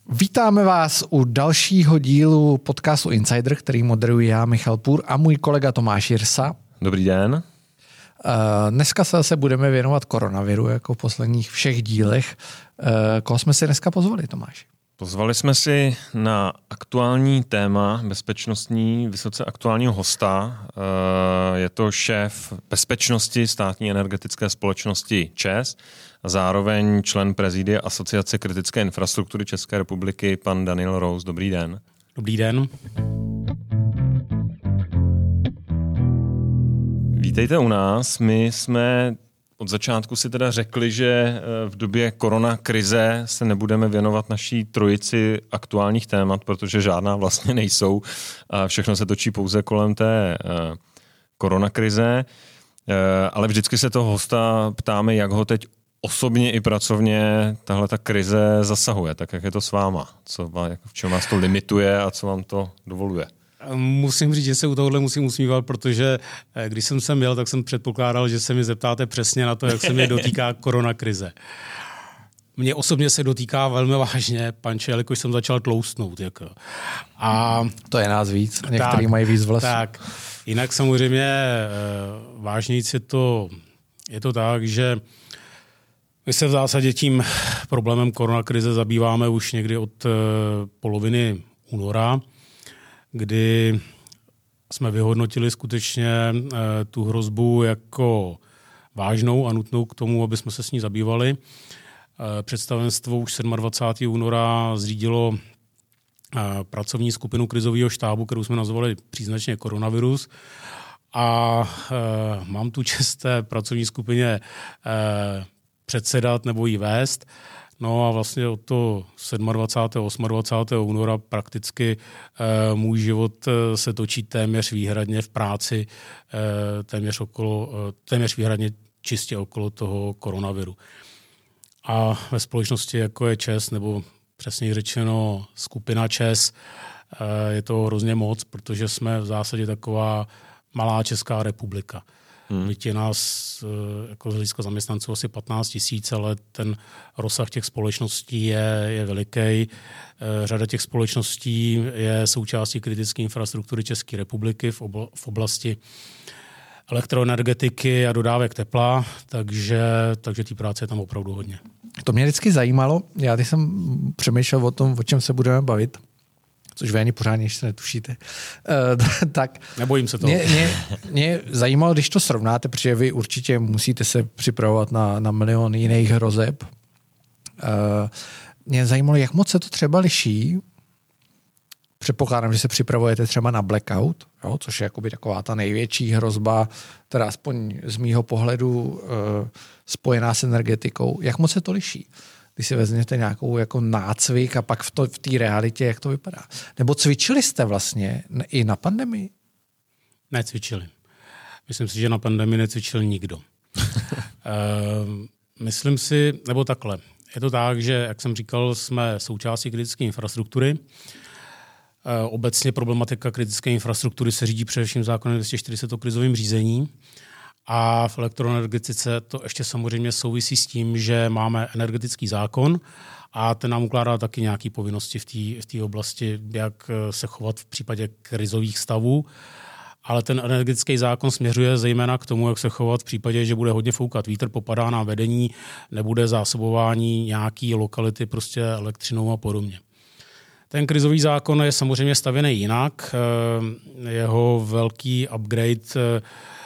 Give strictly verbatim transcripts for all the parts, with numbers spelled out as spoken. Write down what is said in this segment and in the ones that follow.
Vítáme vás u dalšího dílu podcastu Insider, který moderuji já, Michal Půr, a můj kolega Tomáš Jirsa. Dobrý den. Dneska se zase budeme věnovat koronaviru, jako v posledních všech dílech. Koho jsme si dneska pozvali, Tomáš? Pozvali jsme si na aktuální téma bezpečnostní, vysoce aktuálního hosta. Je to šéf bezpečnosti státní energetické společnosti ČEZ a zároveň člen prezidia Asociace kritické infrastruktury České republiky, pan Daniel Rous. Dobrý den. Dobrý den. Vítejte u nás. My jsme od začátku si teda řekli, že v době koronakrize se nebudeme věnovat naší trojici aktuálních témat, protože žádná vlastně nejsou. A všechno se točí pouze kolem té koronakrize. Ale vždycky se toho hosta ptáme, jak ho teď osobně i pracovně tahle ta krize zasahuje. Tak jak je to s váma? Co, v čem vás to limituje a co vám to dovoluje? Musím říct, že se u tohohle musím usmívat, protože když jsem sem jel, tak jsem předpokládal, že se mi zeptáte přesně na to, jak se mě dotýká koronakrize. Mě osobně se dotýká velmi vážně, panče, jelikož jsem začal tloustnout. Jako. A to je nás víc, některý mají víc vlasů. Tak, jinak samozřejmě vážnějc je to, je to tak, že my se v zásadě tím problémem koronakrize zabýváme už někdy od poloviny února, kdy jsme vyhodnotili skutečně tu hrozbu jako vážnou a nutnou k tomu, aby jsme se s ní zabývali. Představenstvo už dvacátého sedmého února zřídilo pracovní skupinu krizového štábu, kterou jsme nazvali příznačně koronavirus. A mám tu čest té pracovní skupině předsedat nebo ji vést. No a vlastně od toho dvacátého sedmého dvacátého osmého února prakticky e, můj život e, se točí téměř výhradně v práci, e, téměř, okolo, e, téměř výhradně čistě okolo toho koronaviru. A ve společnosti, jako je ČEZ, nebo přesně řečeno skupina ČEZ, e, je to hrozně moc, protože jsme v zásadě taková malá Česká republika. Hmm. Byť je nás jako z hlediska zaměstnanců asi patnáct tisíc, ale ten rozsah těch společností je, je veliký. Řada těch společností je součástí kritické infrastruktury České republiky v, obl- v oblasti elektroenergetiky a dodávek tepla, takže, takže té práce je tam opravdu hodně. To mě vždycky zajímalo. Já když jsem přemýšlel o tom, o čem se budeme bavit, což vy ani pořádně ještě netušíte. Uh, tak nebojím se toho. Mě, mě, mě zajímalo, když to srovnáte, protože vy určitě musíte se připravovat na, na milion jiných hrozeb. Uh, mě zajímalo, jak moc se to třeba liší. Předpokládám, že se připravujete třeba na blackout, jo, což je jakoby taková ta největší hrozba, teda aspoň z mýho pohledu uh, spojená s energetikou. Jak moc se to liší? Když si vezměte nějakou jako nácvik a pak v, to, v té realitě, jak to vypadá. Nebo cvičili jste vlastně i na pandemii? Necvičili. Myslím si, že na pandemii necvičil nikdo. uh, myslím si, nebo takhle. Je to tak, že, jak jsem říkal, jsme součástí kritické infrastruktury. Uh, obecně problematika kritické infrastruktury se řídí především zákonem dvě stě čtyřicet o krizovém řízení. A v elektroenergetice to ještě samozřejmě souvisí s tím, že máme energetický zákon a ten nám ukládá taky nějaké povinnosti v té v té oblasti, jak se chovat v případě krizových stavů. Ale ten energetický zákon směřuje zejména k tomu, jak se chovat v případě, že bude hodně foukat vítr, popadá nám vedení, nebude zásobování nějaký lokality prostě elektřinou a podobně. Ten krizový zákon je samozřejmě stavěný jinak. Jeho velký upgrade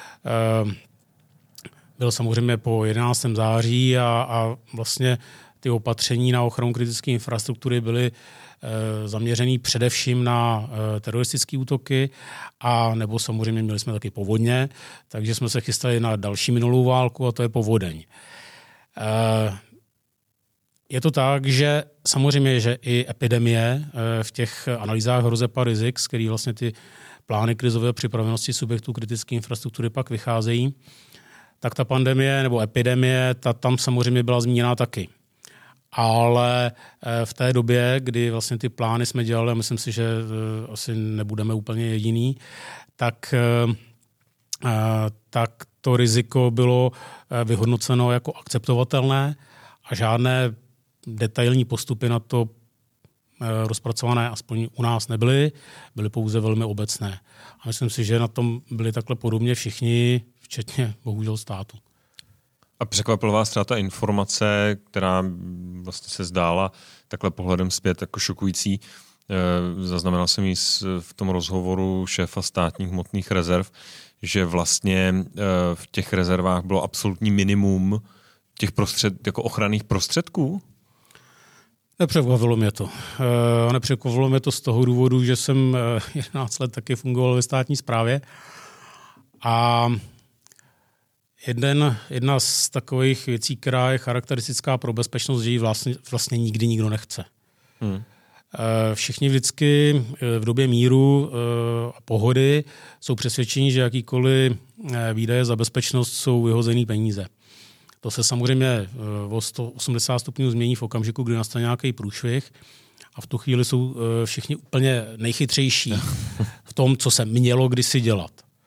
byl samozřejmě po jedenáctého září a, a vlastně ty opatření na ochranu kritické infrastruktury byly e, zaměřený především na e, teroristické útoky a nebo samozřejmě měli jsme taky povodně, takže jsme se chystali na další minulou válku a to je povodeň. E, je to tak, že samozřejmě, že i epidemie e, v těch analýzách hrozeb a rizik, z kterých vlastně ty plány krizové připravenosti subjektů kritické infrastruktury pak vycházejí, tak ta pandemie nebo epidemie, ta tam samozřejmě byla zmíněna taky. Ale v té době, kdy vlastně ty plány jsme dělali, a myslím si, že asi nebudeme úplně jediný, tak, tak to riziko bylo vyhodnoceno jako akceptovatelné a žádné detailní postupy na to rozpracované, aspoň u nás nebyly, byly pouze velmi obecné. A myslím si, že na tom byli takhle podobně všichni, včetně bohužel státu. A překvapila vás třeba ta informace, která vlastně se zdála takhle pohledem zpět jako šokující. Zaznamenal jsem ji v tom rozhovoru šéfa státních hmotných rezerv, že vlastně v těch rezervách bylo absolutní minimum těch prostřed, jako ochranných prostředků? Nepřekvapilo mě to. Nepřekvapilo mě to z toho důvodu, že jsem jedenáct let taky fungoval ve státní správě a jeden, jedna z takových věcí, která je charakteristická pro bezpečnost, že ji vlastně, vlastně nikdy nikdo nechce. Hmm. Všichni vždycky v době míru a pohody jsou přesvědčeni, že jakýkoliv výdaje za bezpečnost jsou vyhozený peníze. To se samozřejmě o sto osmdesát stupňů změní v okamžiku, kdy nastane nějaký průšvih a v tu chvíli jsou všichni úplně nejchytřejší v tom, co se mělo kdysi dělat.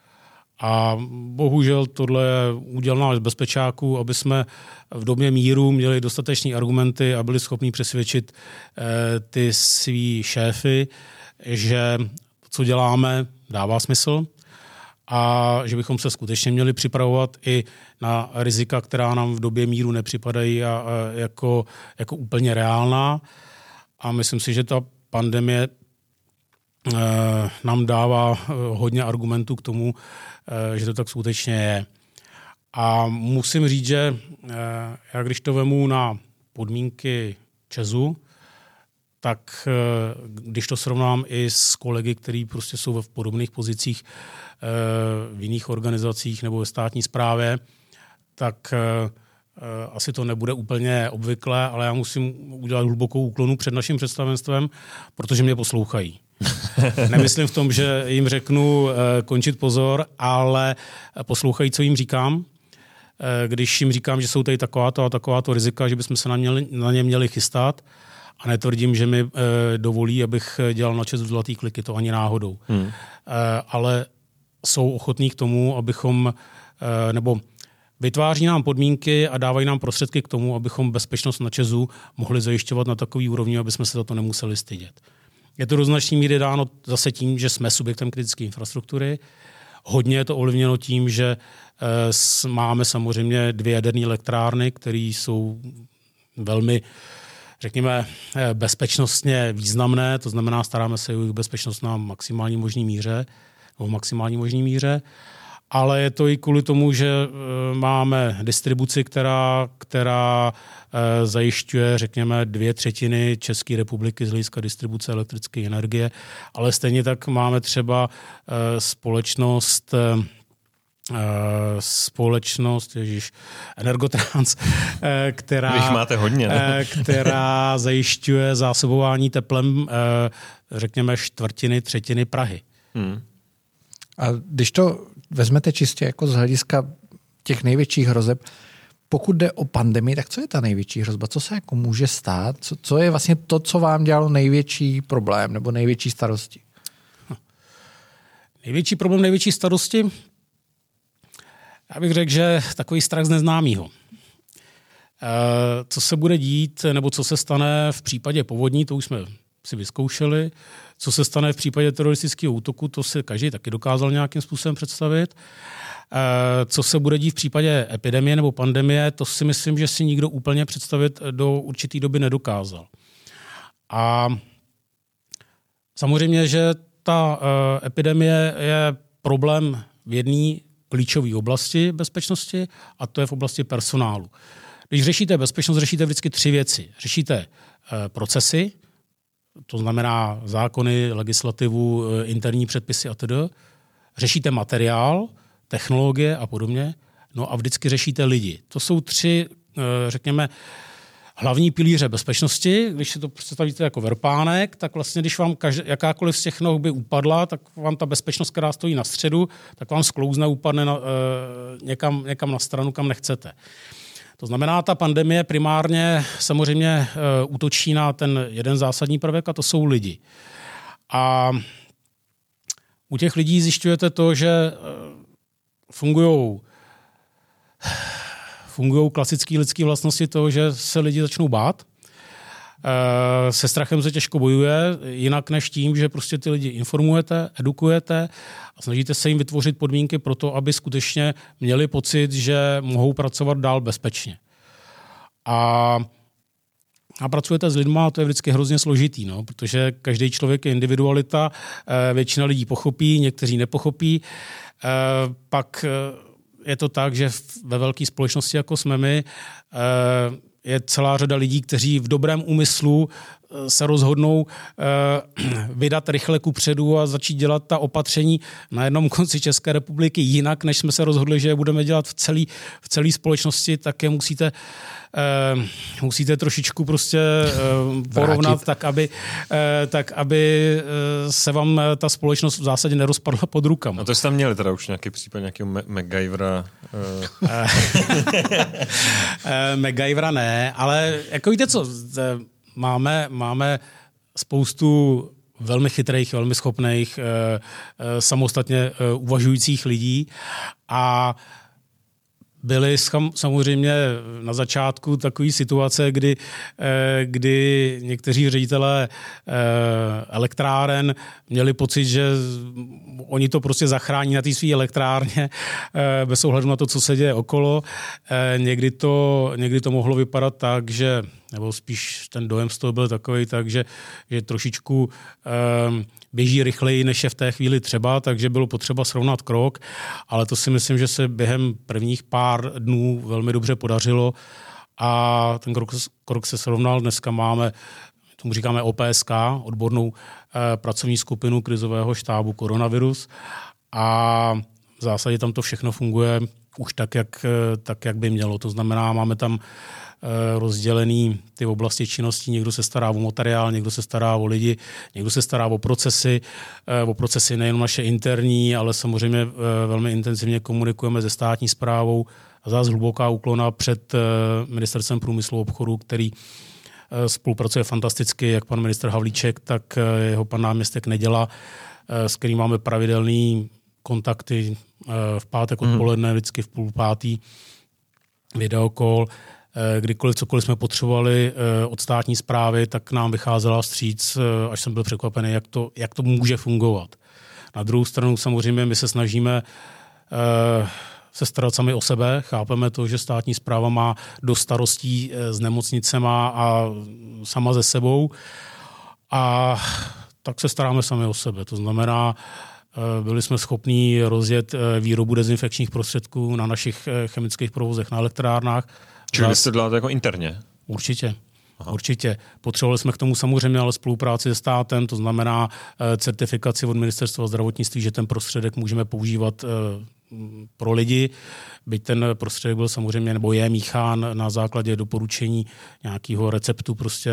A bohužel tohle je úděl náš bezpečáků, aby jsme v době míru měli dostatečné argumenty a byli schopni přesvědčit eh, ty svý šéfy, že to, co děláme, dává smysl a že bychom se skutečně měli připravovat i na rizika, která nám v době míru nepřipadají a, a jako, jako úplně reálná. A myslím si, že ta pandemie eh, nám dává hodně argumentů k tomu, že to tak skutečně je. A musím říct, že já když to vemu na podmínky ČEZu, tak když to srovnám i s kolegy, kteří prostě jsou v podobných pozicích v jiných organizacích nebo ve státní správě, tak asi to nebude úplně obvyklé, ale já musím udělat hlubokou úklonu před naším představenstvem, protože mě poslouchají. Nemyslím v tom, že jim řeknu končit pozor, ale poslouchají, co jim říkám. Když jim říkám, že jsou tady takováto a takováto rizika, že bychom se na, měli, na ně měli chystat a netvrdím, že mi dovolí, abych dělal na ČEZ zlatý kliky, to ani náhodou. Hmm. Ale jsou ochotní k tomu, abychom, nebo vytváří nám podmínky a dávají nám prostředky k tomu, abychom bezpečnost na ČEZu mohli zajišťovat na takový úrovni, aby jsme se za to nemuseli stydět. Je to do značné míry dáno zase tím, že jsme subjektem kritické infrastruktury. Hodně je to ovlivněno tím, že e, máme samozřejmě dvě jaderné elektrárny, které jsou velmi, řekněme, bezpečnostně významné. To znamená, staráme se o jejich bezpečnost na maximální možný míře, nebo maximální možný míře. Ale je to i kvůli tomu, že e, máme distribuci, která, která e, zajišťuje, řekněme, dvě třetiny České republiky z hlediska distribuce elektrické energie, ale stejně tak máme třeba e, společnost, e, společnost, ježiš, Energotrans, e, která, Vy máte hodně, e, která zajišťuje zásobování teplem, e, řekněme, čtvrtiny, třetiny Prahy. Hmm. A když to vezmete čistě jako z hlediska těch největších hrozeb, pokud jde o pandemii, tak co je ta největší hrozba? Co se jako může stát? Co, co je vlastně to, co vám dělalo největší problém nebo největší starosti? Hm. Největší problém, největší starosti? Já bych řekl, že takový strach z neznámého. E, co se bude dít, nebo co se stane v případě povodní, to už jsme si vyzkoušeli. Co se stane v případě teroristického útoku, to si každý taky dokázal nějakým způsobem představit. Co se bude dít v případě epidemie nebo pandemie, to si myslím, že si nikdo úplně představit do určité doby nedokázal. A samozřejmě, že ta epidemie je problém v jedné klíčové oblasti bezpečnosti a to je v oblasti personálu. Když řešíte bezpečnost, řešíte vždycky tři věci. Řešíte procesy, to znamená zákony, legislativu, interní předpisy a tedy. Řešíte materiál, technologie a podobně. No a vždycky řešíte lidi. To jsou tři, řekněme, hlavní pilíře bezpečnosti. Když si to představíte jako verpánek, tak vlastně, když vám každý, jakákoliv z těch noh by upadla, tak vám ta bezpečnost, která stojí na středu, tak vám sklouzne, upadne na, někam, někam na stranu, kam nechcete. To znamená, ta pandemie primárně samozřejmě e, útočí na ten jeden zásadní prvek a to jsou lidi. A u těch lidí zjišťujete to, že e, fungují fungují klasické lidské vlastnosti toho, že se lidi začnou bát. Se strachem se těžko bojuje, jinak než tím, že prostě ty lidi informujete, edukujete a snažíte se jim vytvořit podmínky pro to, aby skutečně měli pocit, že mohou pracovat dál bezpečně. A, a pracujete s lidma, a to je vždycky hrozně složitý, no, protože každý člověk je individualita, většina lidí pochopí, někteří nepochopí. Pak je to tak, že ve velké společnosti, jako jsme my, je celá řada lidí, kteří v dobrém úmyslu se rozhodnou vydat rychle kupředu a začít dělat ta opatření na jednom konci České republiky jinak, než jsme se rozhodli, že je budeme dělat v celé v celé společnosti, tak je musíte, musíte trošičku prostě porovnat, Vrátit. tak aby, tak aby se vám ta společnost v zásadě nerozpadla pod rukama. No to jste tam měli teda už nějaký případ nějakého MacGyvera? MacGyvera ne, ale jako víte co, Máme, máme spoustu velmi chytrých, velmi schopných, e, e, samostatně e, uvažujících lidí a byly samozřejmě na začátku takové situace, kdy, e, kdy někteří ředitelé e, elektráren měli pocit, že oni to prostě zachrání na té své elektrárně e, bez ohledu na to, co se děje okolo. E, někdy, to, někdy to mohlo vypadat tak, že nebo spíš ten dojem z toho byl takový, takže že trošičku um, běží rychleji, než je v té chvíli třeba, takže bylo potřeba srovnat krok, ale to si myslím, že se během prvních pár dnů velmi dobře podařilo a ten krok, krok se srovnal. Dneska máme, tomu říkáme O P S K, odbornou uh, pracovní skupinu krizového štábu koronavirus a v zásadě tam to všechno funguje už tak, jak, tak, jak by mělo. To znamená, máme tam rozdělený ty oblasti činností. Někdo se stará o materiál, někdo se stará o lidi, někdo se stará o procesy. O procesy nejen naše interní, ale samozřejmě velmi intenzivně komunikujeme se státní správou. A zase hluboká úklona před ministerstvem průmyslu a obchodu, který spolupracuje fantasticky, jak pan ministr Havlíček, tak jeho pan náměstek Neděla, s kterým máme pravidelný kontakty v pátek odpoledne, vždycky v půl pátý, videokol. Kdykoliv cokoliv jsme potřebovali od státní správy, tak nám vycházela vstříc, až jsem byl překvapený, jak to, jak to může fungovat. Na druhou stranu samozřejmě my se snažíme se starat sami o sebe. Chápeme to, že státní správa má dost starostí s nemocnicema a sama ze sebou. A tak se staráme sami o sebe. To znamená, byli jsme schopní rozjet výrobu dezinfekčních prostředků na našich chemických provozech na elektrárnách. Čili vy jste děláte jako interně? Určitě. Aha. Určitě. Potřebovali jsme k tomu samozřejmě ale spolupráci se státem, to znamená certifikaci od ministerstva zdravotnictví, že ten prostředek můžeme používat pro lidi. Byť ten prostředek byl samozřejmě nebo je míchán na základě doporučení nějakého receptu prostě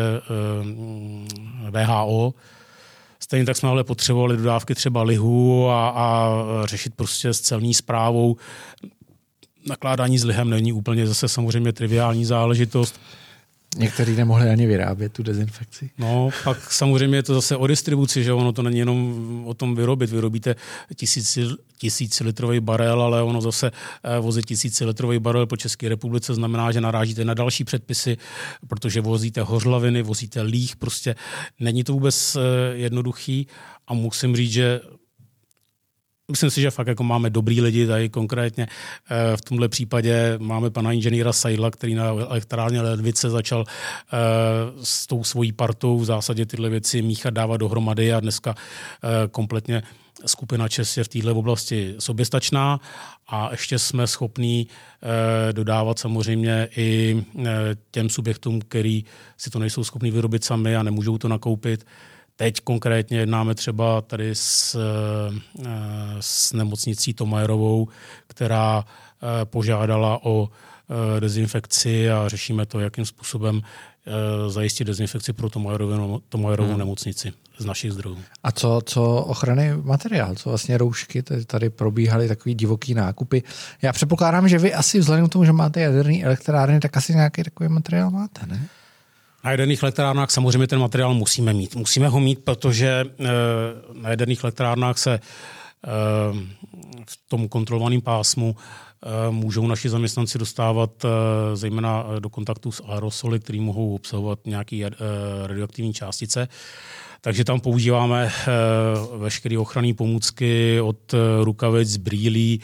W H O. Stejně tak jsme ale potřebovali dodávky třeba lihu a, a řešit prostě s celní správou. Nakládání s lihem není úplně zase samozřejmě triviální záležitost. Někteří nemohli ani vyrábět tu dezinfekci. No, pak samozřejmě je to zase o distribuci, že ono to není jenom o tom vyrobit. Vyrobíte tisíci, tisícilitrový barel, ale ono zase vozit tisícilitrový barel po České republice znamená, že narážíte na další předpisy, protože vozíte hořlaviny, vozíte líh, prostě není to vůbec jednoduchý a musím říct, že myslím si, že fakt jako máme dobrý lidi tady konkrétně. V tomhle případě máme pana inženýra Seidla, který na elektrárně Ledvice začal s tou svojí partou v zásadě tyhle věci míchat, dávat dohromady a dneska kompletně skupina ČEZ je v této oblasti soběstačná a ještě jsme schopní dodávat samozřejmě i těm subjektům, který si to nejsou schopní vyrobit sami a nemůžou to nakoupit. Teď konkrétně jednáme třeba tady s, s nemocnicí Thomayerovou, která požádala o dezinfekci a řešíme to, jakým způsobem zajistit dezinfekci pro Thomayerovu, Thomayerovu hmm. nemocnici z našich zdrojů. A co, co ochrany materiál, co vlastně roušky, tady, tady probíhaly takový divoký nákupy. Já předpokládám, že vy asi vzhledem k tomu, že máte jaderný elektrárny, tak asi nějaký takový materiál máte, ne? Na jaderných elektrárnách samozřejmě ten materiál musíme mít. Musíme ho mít, protože na jaderných elektrárnách se v tom kontrolovaném pásmu můžou naši zaměstnanci dostávat zejména do kontaktu s aerosoly, které mohou obsahovat nějaké radioaktivní částice. Takže tam používáme veškeré ochranné pomůcky od rukavic, brýlí,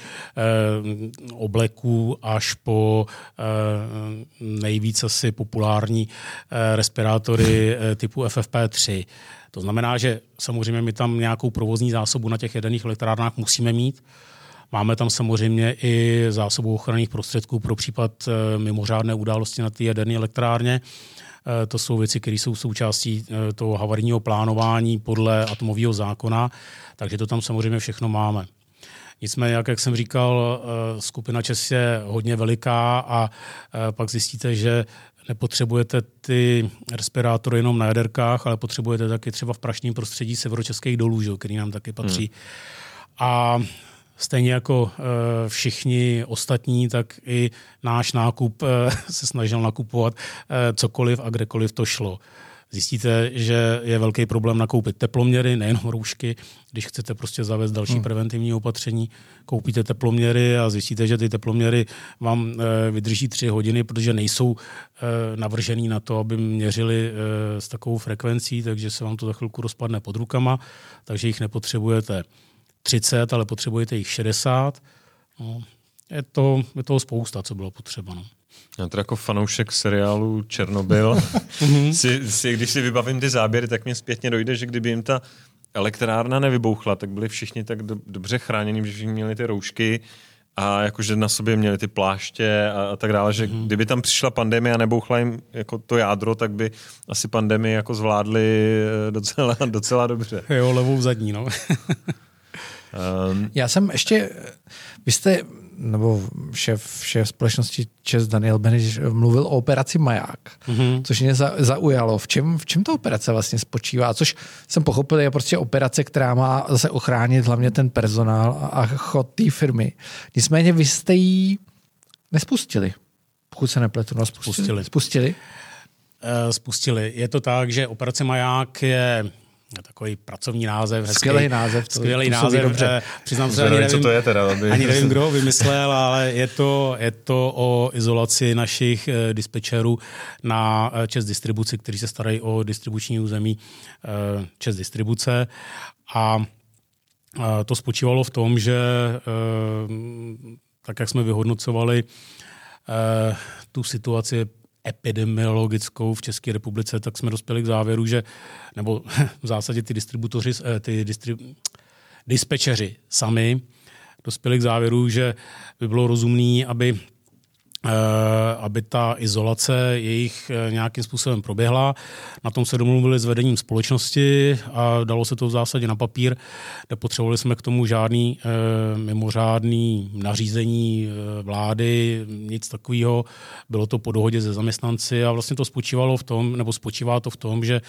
obleků až po nejvíc asi populární respirátory typu F F P tři. To znamená, že samozřejmě my tam nějakou provozní zásobu na těch jaderných elektrárnách musíme mít. Máme tam samozřejmě i zásobu ochranných prostředků pro případ mimořádné události na té jaderné elektrárně. To jsou věci, které jsou součástí toho havarijního plánování podle atomového zákona, takže to tam samozřejmě všechno máme. Nicméně, jak, jak jsem říkal, skupina ČEZ je hodně veliká a pak zjistíte, že nepotřebujete ty respirátory jenom na jaderkách, ale potřebujete taky třeba v prašném prostředí severočeských dolů, že, který nám taky patří. Hmm. A stejně jako e, všichni ostatní, tak i náš nákup e, se snažil nakupovat e, cokoliv a kdekoliv to šlo. Zjistíte, že je velký problém nakoupit teploměry, nejenom roušky. Když chcete prostě zavést další hmm. preventivní opatření, koupíte teploměry a zjistíte, že ty teploměry vám e, vydrží tři hodiny, protože nejsou e, navržený na to, aby měřili e, s takovou frekvencí, takže se vám to za chvilku rozpadne pod rukama, takže jich nepotřebujete třicet, ale potřebujete jich šedesát. No, je, to, je toho spousta, co bylo potřeba. No. Já to jako fanoušek seriálu Černobyl, si, si, když si vybavím ty záběry, tak mě zpětně dojde, že kdyby jim ta elektrárna nevybouchla, tak byli všichni tak do, dobře chráněni, že všichni měli ty roušky a jakože na sobě měli ty pláště a, a tak dále, že mm. kdyby tam přišla pandemie a nebouchla jim jako to jádro, tak by asi pandemii jako zvládli docela, docela dobře. Jo, levou zadní, no. Um, Já jsem ještě, vy jste, nebo šéf, šéf společnosti ČEZ Daniel Beneš mluvil o operaci Maják, mm-hmm. což mě za, zaujalo. V čem, v čem ta operace vlastně spočívá? Což jsem pochopil, je prostě operace, která má zase ochránit hlavně ten personál a, a chod té firmy. Nicméně vy jste ji nespustili, pokud se nepletu. No, spustili. Spustili. Spustili? Uh, spustili. Je to tak, že operace Maják je takový pracovní název. Hezký, skvělý název. To, skvělý název. Dobře. Přiznám se, ani nevím, co to je teda, aby... ani nevím, kdo vymyslel, ale je to, je to o izolaci našich eh, dispečerů na eh, ČEZ distribuci, kteří se starají o distribuční území eh, ČEZ distribuce. A eh, to spočívalo v tom, že eh, tak, jak jsme vyhodnocovali eh, tu situaci epidemiologickou v České republice, tak jsme dospěli k závěru, že, nebo v zásadě ty distributoři, ty distrib, dispečeři sami dospěli k závěru, že by bylo rozumné, aby, aby ta izolace jejich nějakým způsobem proběhla. Na tom se domluvili s vedením společnosti a dalo se to v zásadě na papír. Nepotřebovali jsme k tomu žádný e, mimořádný nařízení e, vlády, nic takového. Bylo to po dohodě se zaměstnanci a vlastně to spočívalo v tom, nebo spočívá to v tom, že e,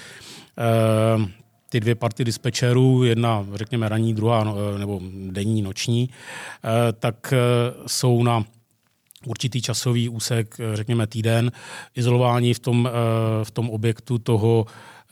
ty dvě party dispečerů, jedna, řekněme, ranní, druhá, no, nebo denní, noční, e, tak e, jsou na určitý časový úsek, řekněme týden, izolování v tom, v tom objektu toho,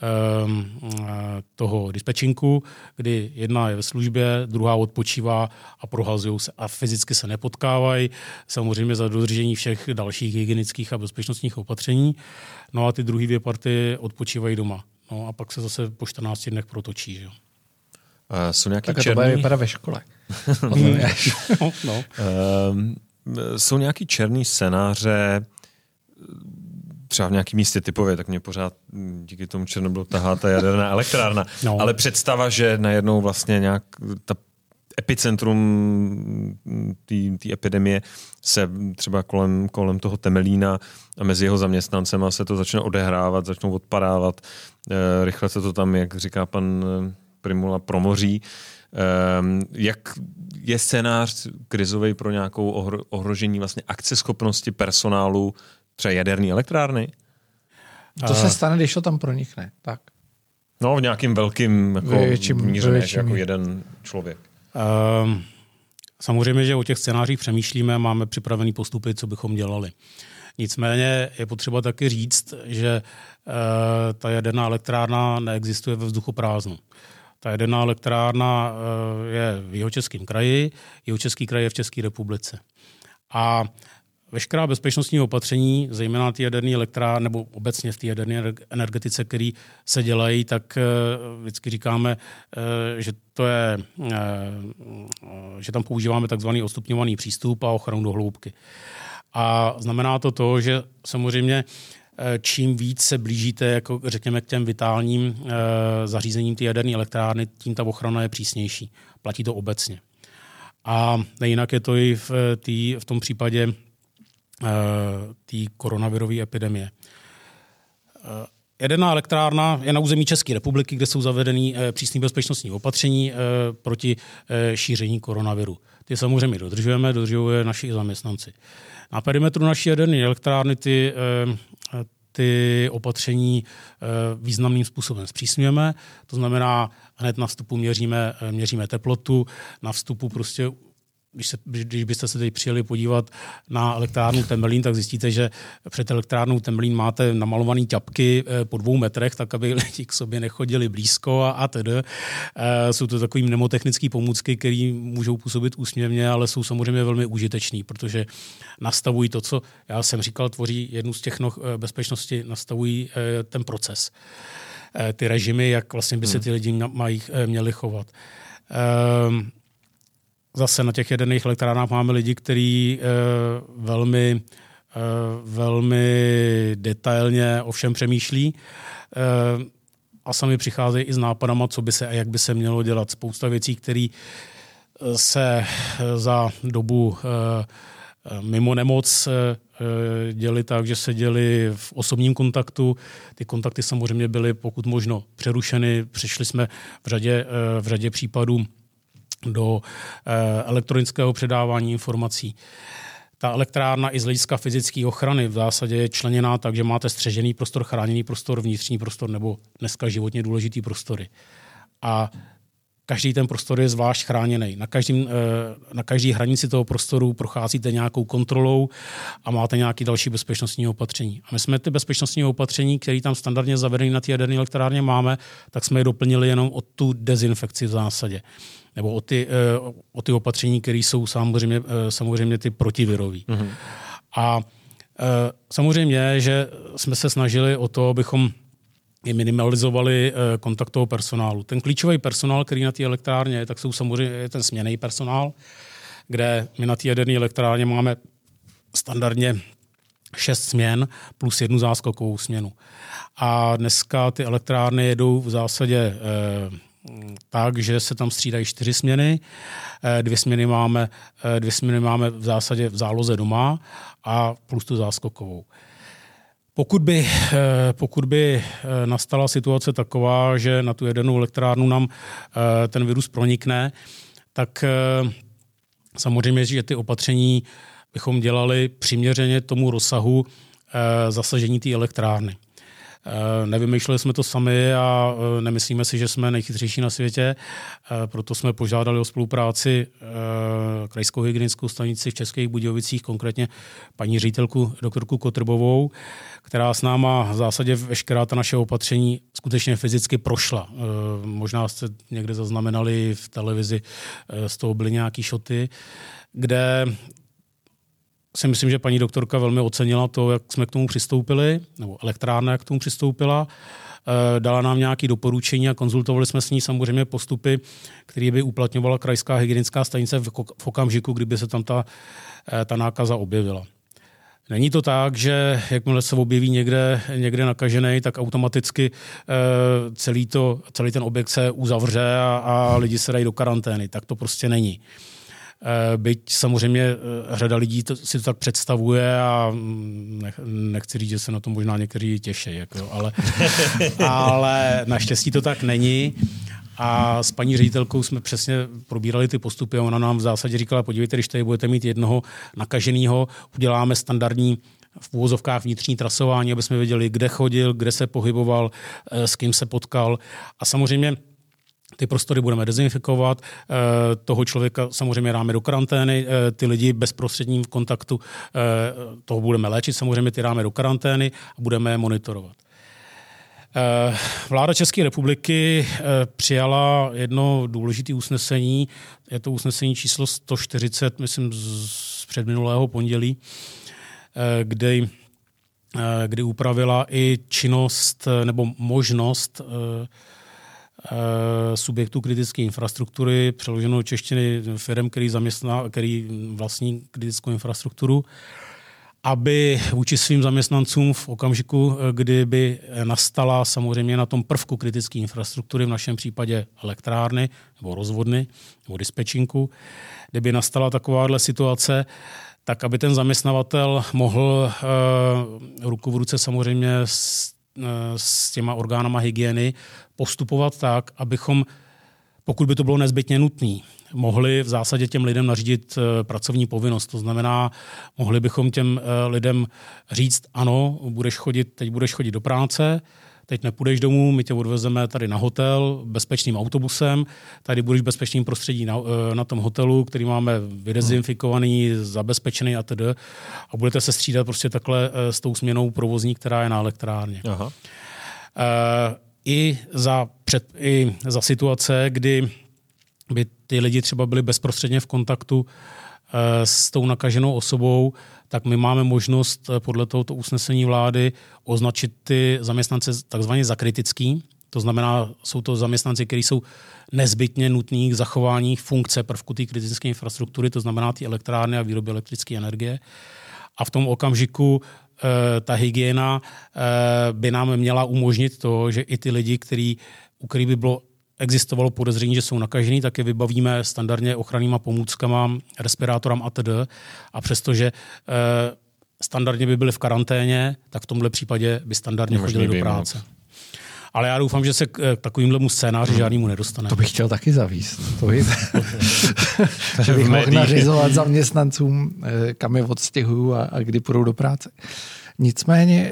toho dispečinku, kdy jedna je ve službě, druhá odpočívá a prohazují se a fyzicky se nepotkávají, samozřejmě za dodržení všech dalších hygienických a bezpečnostních opatření. No a ty druhé dvě party odpočívají doma. No a pak se zase po čtrnácti dnech protočí. Že? Uh, jsou nějaký tak černý... to bude vypadat ve škole. no, no. Um... Jsou nějaký černý scénáře, třeba v nějakém místě typově, tak mě pořád díky tomu Černobylu tahá ta jaderná elektrárna. No. Ale představa, že najednou vlastně nějak ta epicentrum té epidemie se třeba kolem, kolem toho Temelína a mezi jeho zaměstnancema se to začne odehrávat, začnou odpadávat. Rychle se to tam, jak říká pan Primula, promoří. Um, jak je scénář krizový pro nějakou ohro, ohrožení vlastně akceschopnosti personálu třeba jaderné elektrárny? To se stane, když to tam pronikne. Tak. No, v nějakým velkým jako míře, než jako jeden člověk. Um, samozřejmě, že o těch scénářích přemýšlíme, máme připravený postupy, co bychom dělali. Nicméně je potřeba taky říct, že uh, ta jaderná elektrárna neexistuje ve vzduchoprázdnu. Ta jaderná elektrárna je v Jihočeském kraji, Jihočeský kraj je v České republice. A veškerá bezpečnostní opatření, zejména ty jaderné elektrárny, nebo obecně v té jaderné energetice, které se dělají, tak vždycky říkáme, že to je, že tam používáme takzvaný odstupňovaný přístup a ochranu do hloubky. A znamená to to, že samozřejmě čím víc se blížíte, jako řekněme, k těm vitálním zařízením té jaderné elektrárny, tím ta ochrana je přísnější. Platí to obecně. A nejinak je to i v, tý, v tom případě té koronavirové epidemie. Jaderná elektrárna je na území České republiky, kde jsou zavedeny přísné bezpečnostní opatření proti šíření koronaviru. Ty samozřejmě dodržujeme, dodržují naši zaměstnanci. Na perimetru naší jaderné elektrárny ty, ty opatření významným způsobem zpřísňujeme. To znamená, hned na vstupu měříme, měříme teplotu, na vstupu prostě Když, se, když byste se teď přijeli podívat na elektrárnu Temelín, tak zjistíte, že před elektrárnou Temelín máte namalované ťapky po dvou metrech, tak aby lidi k sobě nechodili blízko a, a tedy. Jsou to takové mnemotechnické pomůcky, které můžou působit úsměvně, ale jsou samozřejmě velmi užitečný, protože nastavují to, co já jsem říkal, tvoří jednu z těch noh bezpečnosti, nastavují ten proces. Ty režimy, jak vlastně by se ty lidi mají, měli chovat. Zase na těch jaderných elektrárnách máme lidi, kteří uh, velmi, uh, velmi detailně o všem přemýšlí uh, a sami přicházejí i s nápadama, co by se a jak by se mělo dělat. Spousta věcí, které se za dobu uh, mimo nemoc uh, děli tak, že se děli v osobním kontaktu. Ty kontakty samozřejmě byly pokud možno přerušeny. Přišli jsme v řadě, uh, v řadě případů do eh, elektronického předávání informací. Ta elektrárna i z hlediska fyzické ochrany v zásadě je členěná tak, že máte střežený prostor, chráněný prostor, vnitřní prostor nebo dneska životně důležitý prostory. A každý ten prostor je zvlášť chráněný. Na, každým, eh, na každý hranici toho prostoru procházíte nějakou kontrolou a máte nějaké další bezpečnostní opatření. A my jsme ty bezpečnostní opatření, které tam standardně zavedené na té jaderné elektrárně máme, tak jsme je doplnili jenom o tu dezinfekci v zásadě. Nebo o ty, o ty opatření, které jsou samozřejmě, samozřejmě ty protivirový. Mm-hmm. A samozřejmě, že jsme se snažili o to, abychom i minimalizovali kontakt toho personálu. Ten klíčový personál, který na té elektrárně, tak jsou samozřejmě ten směnný personál, kde my na té jaderné elektrárně máme standardně šest směn plus jednu záskokovou směnu. A dneska ty elektrárny jedou v zásadě tak, že se tam střídají čtyři směny. Dvě směny máme, dvě směny máme v zásadě v záloze doma a plus tu záskokovou. Pokud by, pokud by nastala situace taková, že na tu jadernou elektrárnu nám ten virus pronikne, tak samozřejmě, že ty opatření bychom dělali přiměřeně tomu rozsahu zasažení té elektrárny. Nevymýšleli jsme to sami a nemyslíme si, že jsme nejchytřejší na světě, proto jsme požádali o spolupráci krajskou hygienickou stanici v Českých Budějovicích, konkrétně paní ředitelku doktorku Kotrbovou, která s náma v zásadě veškerá ta naše opatření skutečně fyzicky prošla. Možná jste někde zaznamenali v televizi, z toho byly nějaký šoty, kde si myslím, že paní doktorka velmi ocenila to, jak jsme k tomu přistoupili, nebo elektrárna, jak k tomu přistoupila. Dala nám nějaké doporučení a konzultovali jsme s ní samozřejmě postupy, které by uplatňovala krajská hygienická stanice v okamžiku, kdyby se tam ta, ta nákaza objevila. Není to tak, že jakmile se objeví někde, někde nakažený, tak automaticky celý, to, celý ten objekt se uzavře a, a lidi se dají do karantény. Tak to prostě není. Byť samozřejmě řada lidí to, si to tak představuje a nech, nechci říct, že se na to možná někteří těší, jako, ale, ale naštěstí to tak není. A s paní ředitelkou jsme přesně probírali ty postupy a ona nám v zásadě říkala, podívejte, když tady budete mít jednoho nakaženého, uděláme standardní v uvozovkách vnitřní trasování, aby jsme věděli, kde chodil, kde se pohyboval, s kým se potkal. A samozřejmě ty prostory budeme dezinfikovat, toho člověka samozřejmě dáme do karantény, ty lidi bezprostředním kontaktu, toho budeme léčit, samozřejmě ty dáme do karantény a budeme je monitorovat. Vláda České republiky přijala jedno důležité usnesení, je to usnesení číslo sto čtyřicet, myslím, z předminulého pondělí, kdy, kdy upravila i činnost nebo možnost subjektů kritické infrastruktury, přeloženo do češtiny firm, který zaměstná, který vlastní kritickou infrastrukturu, aby vůči svým zaměstnancům v okamžiku, kdy by nastala samozřejmě na tom prvku kritické infrastruktury, v našem případě elektrárny nebo rozvodny nebo dispečinku, kdyby nastala takováhle situace, tak aby ten zaměstnavatel mohl uh, ruku v ruce samozřejmě s, uh, s těma orgánama hygieny postupovat tak, abychom, pokud by to bylo nezbytně nutné, mohli v zásadě těm lidem nařídit uh, pracovní povinnost. To znamená, mohli bychom těm uh, lidem říct, ano, budeš chodit, teď budeš chodit do práce, teď nepůjdeš domů, my tě odvezeme tady na hotel bezpečným autobusem, tady budeš v bezpečným prostředí na, na tom hotelu, který máme vydezinfikovaný, zabezpečený a tedy. A budete se střídat prostě takhle s tou směnou provozní, která je na elektrárně. Aha. E, i, za před, I za situace, kdy by ty lidi třeba byli bezprostředně v kontaktu e, s tou nakaženou osobou, tak my máme možnost podle tohoto usnesení vlády označit ty zaměstnance takzvaně za kritický. To znamená, jsou to zaměstnanci, kteří jsou nezbytně nutní k zachování funkce prvku té kritické infrastruktury, to znamená ty elektrárny a výroby elektrické energie. A v tom okamžiku e, ta hygiena e, by nám měla umožnit to, že i ty lidi, který, u kterých by bylo existovalo podezření, že jsou nakažený, tak je vybavíme standardně ochrannýma pomůckama, respirátorem a tedy. A přestože e, standardně by byli v karanténě, tak v tomhle případě by standardně chodili do práce. Ale já doufám, že se k takovýmhlemu scénáři hmm. žádnému nedostane. To bych chtěl taky zavíst. To bych, že bych mohl nařizovat zaměstnancům, kam je odstěhuju a, a kdy půjdou do práce. Nicméně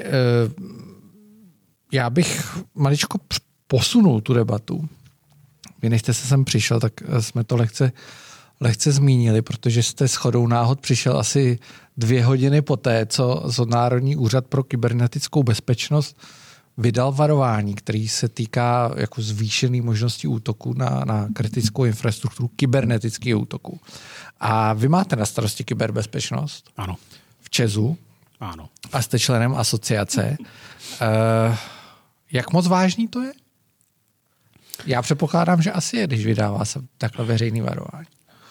já bych maličko posunul tu debatu. Vy než jste se sem přišel, tak jsme to lehce, lehce zmínili, protože jste shodou náhod přišel asi dvě hodiny poté, co Národní úřad pro kybernetickou bezpečnost vydal varování, který se týká jako zvýšené možnosti útoku na, na kritickou infrastrukturu, kybernetických útoků. A vy máte na starosti kyberbezpečnost? Ano. V ČEZu? Ano. A jste členem asociace. Uh, jak moc vážný to je? Já předpokládám, že asi je, když vydává se takhle veřejný varování.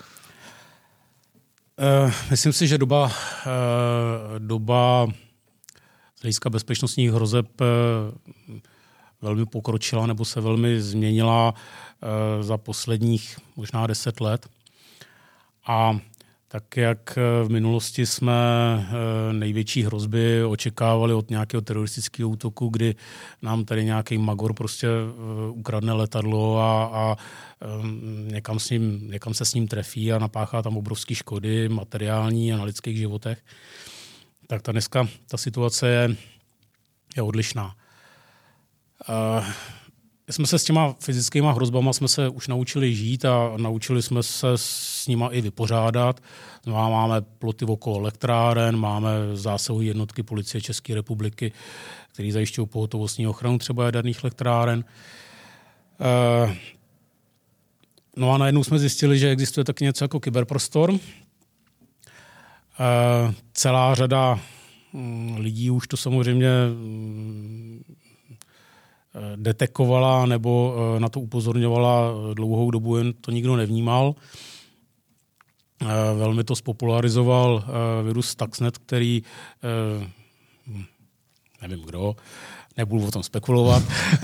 Uh, myslím si, že doba, uh, doba z hlediska bezpečnostních hrozeb uh, velmi pokročila nebo se velmi změnila uh, za posledních možná deset let. A tak jak v minulosti jsme největší hrozby očekávali od nějakého teroristického útoku, kdy nám tady nějaký magor prostě ukradne letadlo a, a někam, s ním, někam se s ním trefí a napáchá tam obrovské škody materiální a na lidských životech, tak ta dneska ta situace je, je odlišná. Uh, jsme se s těma fyzickýma hrozbama jsme se už naučili žít a naučili jsme se s nima i vypořádat. Máme ploty okolo elektráren, máme zásahové jednotky Policie České republiky, které zajišťují pohotovostní ochranu třeba jaderných elektráren. No a najednou jsme zjistili, že existuje taky něco jako kyberprostor. Celá řada lidí už to samozřejmě detekovala nebo na to upozorňovala dlouhou dobu, jen to nikdo nevnímal. Velmi to spopularizoval virus Stuxnet, který, nevím kdo, nebudu o tom spekulovat,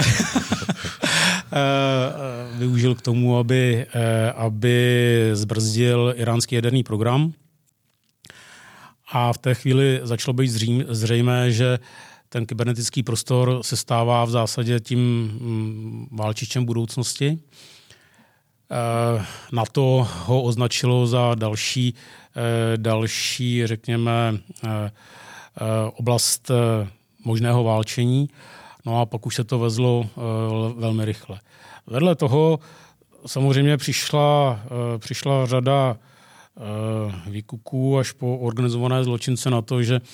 využil k tomu, aby, aby zbrzdil iránský jaderný program. A v té chvíli začalo být zřejmé, že ten kybernetický prostor se stává v zásadě tím válčičem budoucnosti. NATO ho označilo za další, další řekněme, oblast možného válčení. No a pak už se to vezlo velmi rychle. Vedle toho samozřejmě přišla, přišla řada výkuků až po organizované zločince na to, že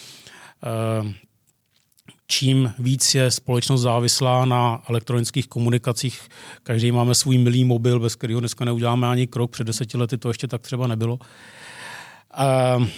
čím víc je společnost závislá na elektronických komunikacích, každý máme svůj milý mobil, bez kterého dneska neuděláme ani krok, před deseti lety to ještě tak třeba nebylo,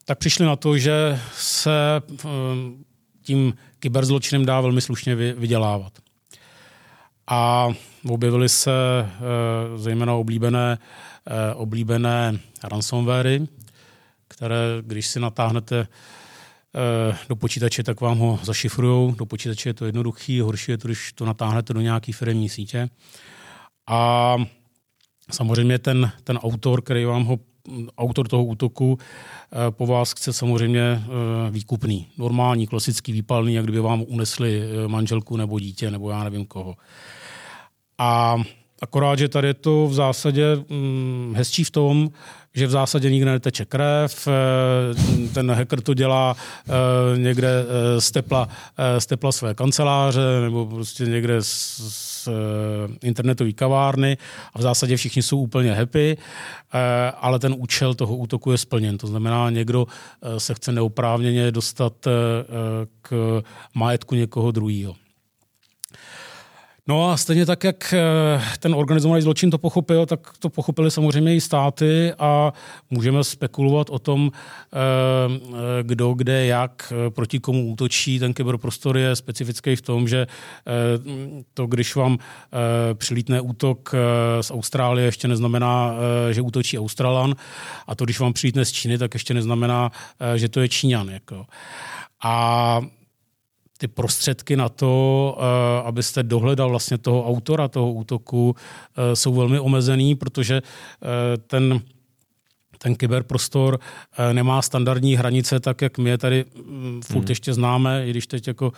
tak přišli na to, že se tím kyberzločinem dá velmi slušně vydělávat. A objevily se zejména oblíbené, oblíbené ransomwary, které, když si natáhnete do počítače, tak vám ho zašifrujou. Do počítače je to jednoduchý, horší je to, když to natáhnete do nějaké firemní sítě. A samozřejmě ten, ten autor, který vám ho, autor toho útoku po vás chce samozřejmě výkupný. Normální, klasický, výpalný, jak kdyby vám unesli manželku nebo dítě, nebo já nevím koho. A akorát, že tady je to v zásadě hm, hezčí v tom, že v zásadě nikde neteče krev, ten hacker to dělá někde z tepla, z tepla své kanceláře nebo prostě někde z, z internetové kavárny a v zásadě všichni jsou úplně happy, ale ten účel toho útoku je splněn. To znamená, někdo se chce neoprávněně dostat k majetku někoho druhého. No a stejně tak, jak ten organizovaný zločin to pochopil, tak to pochopili samozřejmě i státy a můžeme spekulovat o tom, kdo, kde, jak, proti komu útočí. Ten kyberprostor je specifický v tom, že to, když vám přilítne útok z Austrálie, ještě neznamená, že útočí Australan, a to, když vám přilítne z Číny, tak ještě neznamená, že to je Číňan. Jako. A ty prostředky na to, abyste dohledal vlastně toho autora toho útoku, jsou velmi omezený, protože ten, ten kyberprostor nemá standardní hranice, tak jak my je tady furt hmm. ještě známe, i když teď jako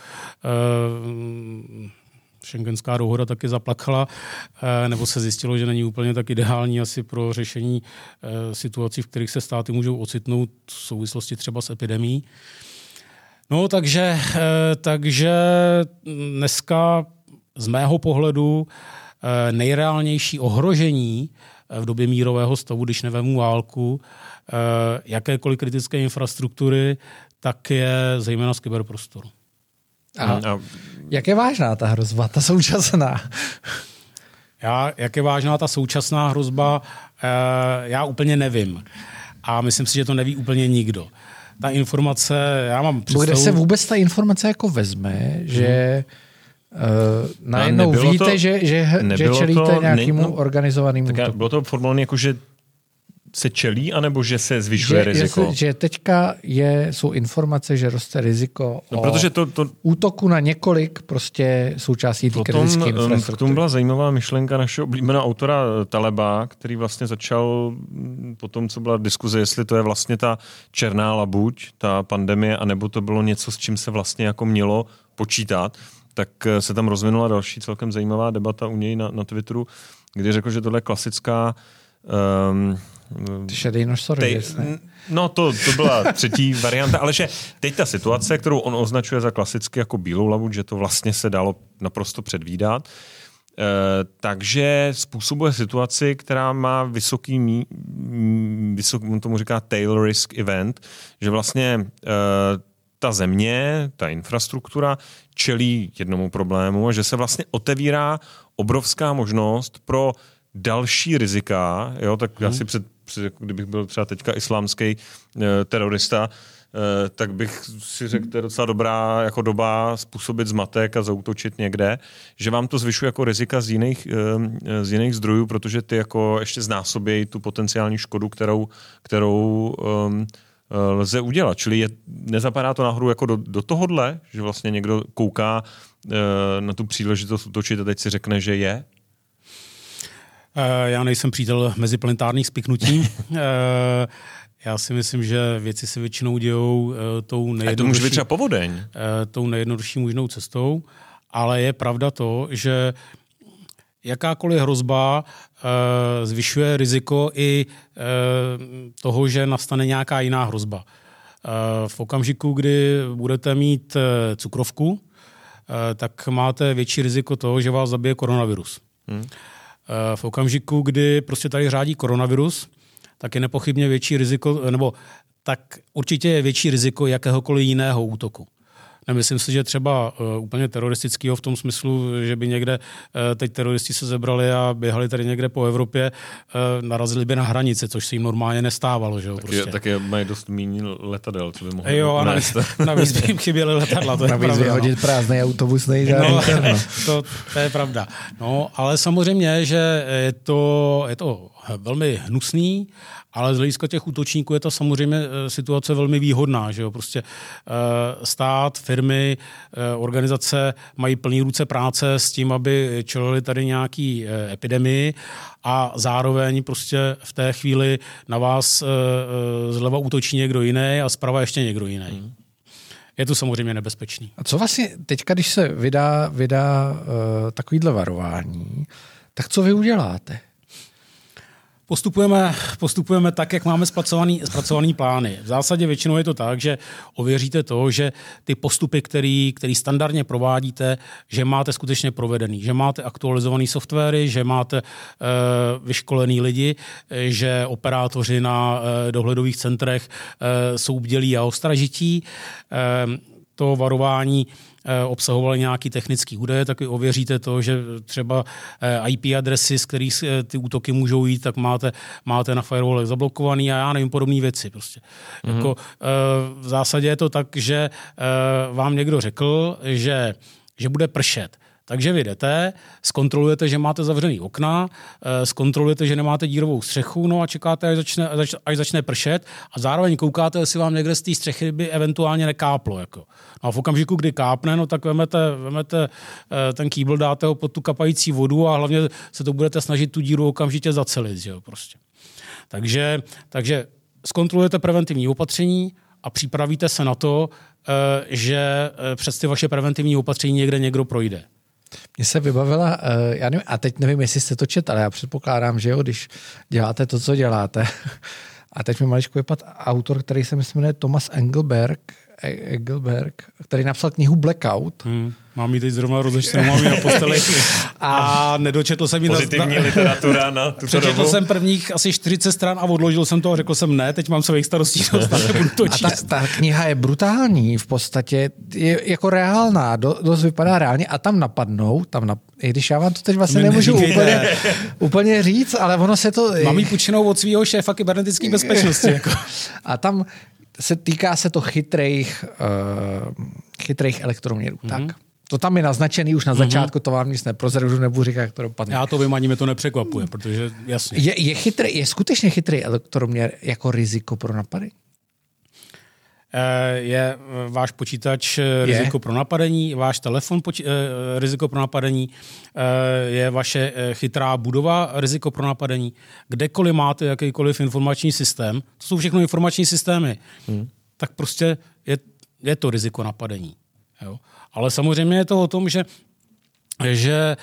Schengenská dohoda taky zaplakala, nebo se zjistilo, že není úplně tak ideální asi pro řešení situací, v kterých se státy můžou ocitnout v souvislosti třeba s epidemií. No, takže, takže dneska z mého pohledu nejreálnější ohrožení v době mírového stavu, když nevemu válku, jakékoliv kritické infrastruktury, tak je zejména z kyberprostoru. A jak je vážná ta hrozba, ta současná? Já, jak je vážná ta současná hrozba, já úplně nevím. A myslím si, že to neví úplně nikdo. Ta informace, já mám představu... Kde se vůbec ta informace jako vezme, že uh, najednou víte, to, že, že, že čelíte nějakému no, organizovanému útoku? Bylo to formulované jako, že se čelí, anebo že se zvyšuje že, riziko? Že, že teďka je, jsou informace, že roste riziko no, o protože to, to, útoku na několik prostě součástí té kritické infrastruktury. K tomu byla zajímavá myšlenka našeho oblíbeného autora Taleba, který vlastně začal po tom, co byla diskuze, jestli to je vlastně ta černá labuť, ta pandemie, anebo to bylo něco, s čím se vlastně jako mělo počítat, tak se tam rozvinula další celkem zajímavá debata u něj na, na Twitteru, kdy řekl, že tohle je klasická um, šedý nož, sorry, Tej, no to, to byla třetí varianta, ale že teď ta situace, kterou on označuje za klasicky jako bílou labuť, že to vlastně se dalo naprosto předvídat, e, takže způsobuje situaci, která má vysoký, mí, vysoký, on tomu říká tail risk event, že vlastně e, ta země, ta infrastruktura čelí jednomu problému a že se vlastně otevírá obrovská možnost pro další rizika, jo, tak hmm. já si před, před, kdybych byl třeba teďka islámský e, terorista, e, tak bych si řekl, to je docela dobrá jako doba způsobit zmatek a zaútočit někde, že vám to zvyšuje jako rizika z jiných, e, z jiných zdrojů, protože ty jako ještě znásobějí tu potenciální škodu, kterou, kterou um, lze udělat. Čili je, nezapadá to nahoru jako do, do tohodle, že vlastně někdo kouká e, na tu příležitost útočit a teď si řekne, že je? Já nejsem přítel meziplanetárních spiknutí. Já si myslím, že věci se většinou dějou tou nejjednodušší, to může být třeba povodeň. tou nejjednodušší možnou cestou, ale je pravda to, že jakákoliv hrozba zvyšuje riziko i toho, že nastane nějaká jiná hrozba. V okamžiku, kdy budete mít cukrovku, tak máte větší riziko toho, že vás zabije koronavirus. Hmm. V okamžiku, kdy prostě tady řádí koronavirus, tak je nepochybně větší riziko, nebo tak určitě je větší riziko jakéhokoliv jiného útoku. Nemyslím si, že třeba uh, úplně teroristického v tom smyslu, že by někde uh, teď teroristi se zebrali a běhali tady někde po Evropě, uh, narazili by na hranice, což se jim normálně nestávalo. Že jo, tak, prostě. je, tak je, mají dost méně letadel, co by mohli jo, a navíc, navíc by jim chyběly letadla. To je navíc pravda, vyhodit no. prázdnej autobus nejde. No, to, to je pravda. No, ale samozřejmě, že je to, je to velmi hnusný, ale z hlediska těch útočníků je to samozřejmě situace velmi výhodná. Že jo? Prostě stát, firmy, organizace mají plný ruce práce s tím, aby čelili tady nějaký epidemii a zároveň prostě v té chvíli na vás zleva útočí někdo jiný a zprava ještě někdo jiný. Hmm. Je to samozřejmě nebezpečný. A co vlastně teďka, když se vydá, vydá uh, takovýhle varování, tak co vy uděláte? Postupujeme, postupujeme tak, jak máme zpracovaný, zpracovaný plány. V zásadě většinou je to tak, že ověříte to, že ty postupy, který, který standardně provádíte, že máte skutečně provedený, že máte aktualizovaný softwary, že máte e, vyškolený lidi, že operátoři na e, dohledových centrech e, jsou bdělí a ostražití. E, to varování obsahovaly nějaký technický údaje, tak ověříte to, že třeba í pé adresy, z kterých ty útoky můžou jít, tak máte, máte na firewallech zablokovaný a já nevím, podobné věci. Prostě. Mm-hmm. Jako, v zásadě je to tak, že vám někdo řekl, že, že bude pršet. Takže vy jdete, zkontrolujete, že máte zavřený okna, zkontrolujete, že nemáte dírovou střechu, no a čekáte, až začne, až začne pršet a zároveň koukáte, jestli vám někde z té střechy by eventuálně nekáplo. Jako. No a v okamžiku, kdy kápne, no tak vemete, vemete ten kýbl, dáte ho pod tu kapající vodu a hlavně se to budete snažit tu díru okamžitě zacelit. Že jo, prostě. Takže, takže zkontrolujete preventivní opatření a připravíte se na to, že přes ty vaše preventivní opatření někde někdo projde. Mně se vybavila, já nevím, a teď nevím, jestli jste to četl, ale já předpokládám, že jo, když děláte to, co děláte. A teď mi maličko vypadl autor, který se myslím jmenuje Thomas Engelberg, Engelberg, který napsal knihu Blackout. Hmm. Mám ji teď zrovna rozečtenou, mám ji na posteli a nedočetl jsem ji na... Pozitivní literatura na tuto Přečetl dobu. jsem prvních asi čtyřicet stran a odložil jsem to a řekl jsem ne, teď mám svých starostí, nebudu to číst. A ta, ta kniha je brutální, v podstatě je jako reálná, do, dost vypadá reálně a tam napadnou, tam nap, i když já vám to teď vlastně nemůžu úplně, úplně říct, ale ono se to... Mám ji půjčenou od svého šéfa kybernetické bezpečnosti. Jako. A tam se týká se to chytrých, uh, chytrých elektroměrů. Mm-hmm. Tak. To tam je naznačený už na začátku, mm-hmm. to vám nic neprozradu, nebudu říkat, jak to dopadne. Já to vím, ani mě to nepřekvapuje, protože jasně. Je, je, chytrý, je skutečně chytrý elektroměr jako riziko pro napady? Je váš počítač riziko je. pro napadení, váš telefon poči- riziko pro napadení, je vaše chytrá budova riziko pro napadení. Kdekoliv máte jakýkoliv informační systém, to jsou všechno informační systémy, hmm. tak prostě je, je to riziko napadení. Jo? Ale samozřejmě je to o tom, že, že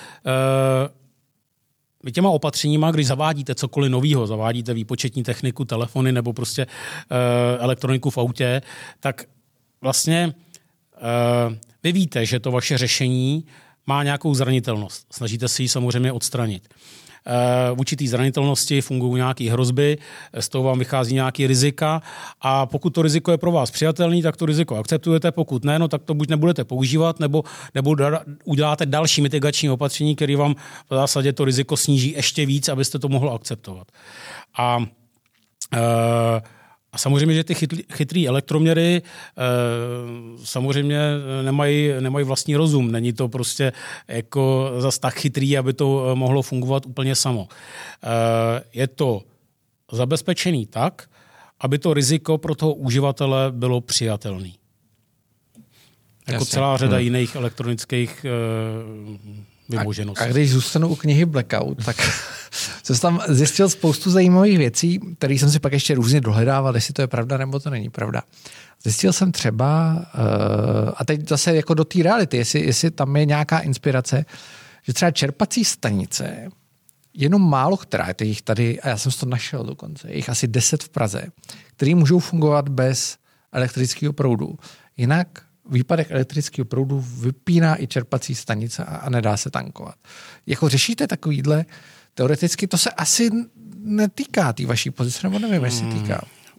vy těma opatřeníma, když zavádíte cokoliv novýho, zavádíte výpočetní techniku, telefony nebo prostě uh, elektroniku v autě, tak vlastně uh, vy víte, že to vaše řešení má nějakou zranitelnost. Snažíte si ji samozřejmě odstranit. V určitý zranitelnosti fungují nějaké hrozby, z toho vám vychází nějaké rizika a pokud to riziko je pro vás přijatelné, tak to riziko akceptujete, pokud ne, no, tak to buď nebudete používat, nebo, nebo da, uděláte další mitigační opatření, které vám v zásadě to riziko sníží ještě víc, abyste to mohlo akceptovat. A e, A samozřejmě, že ty chytrý, chytrý elektroměry e, samozřejmě nemají, nemají vlastní rozum. Není to prostě jako zas tak chytrý, aby to mohlo fungovat úplně samo. E, je to zabezpečený tak, aby to riziko pro toho uživatele bylo přijatelné. Jako Jasně. celá řada hmm. jiných elektronických e, vymožeností. A, a když zůstanu u knihy Blackout, tak jsem tam zjistil spoustu zajímavých věcí, které jsem si pak ještě různě dohledával, jestli to je pravda nebo to není pravda. Zjistil jsem třeba, uh, a teď zase jako do té reality, jestli, jestli tam je nějaká inspirace, že třeba čerpací stanice, jenom málo která, je jich tady, a já jsem to našel dokonce, je jich asi deset v Praze, které můžou fungovat bez elektrického proudu. Jinak výpadek elektrického proudu vypíná i čerpací stanice a, a nedá se tankovat. Jako řešíte takovýhle, teoreticky to se asi netýká té vaší pozice, nebo nevím, jestli týká.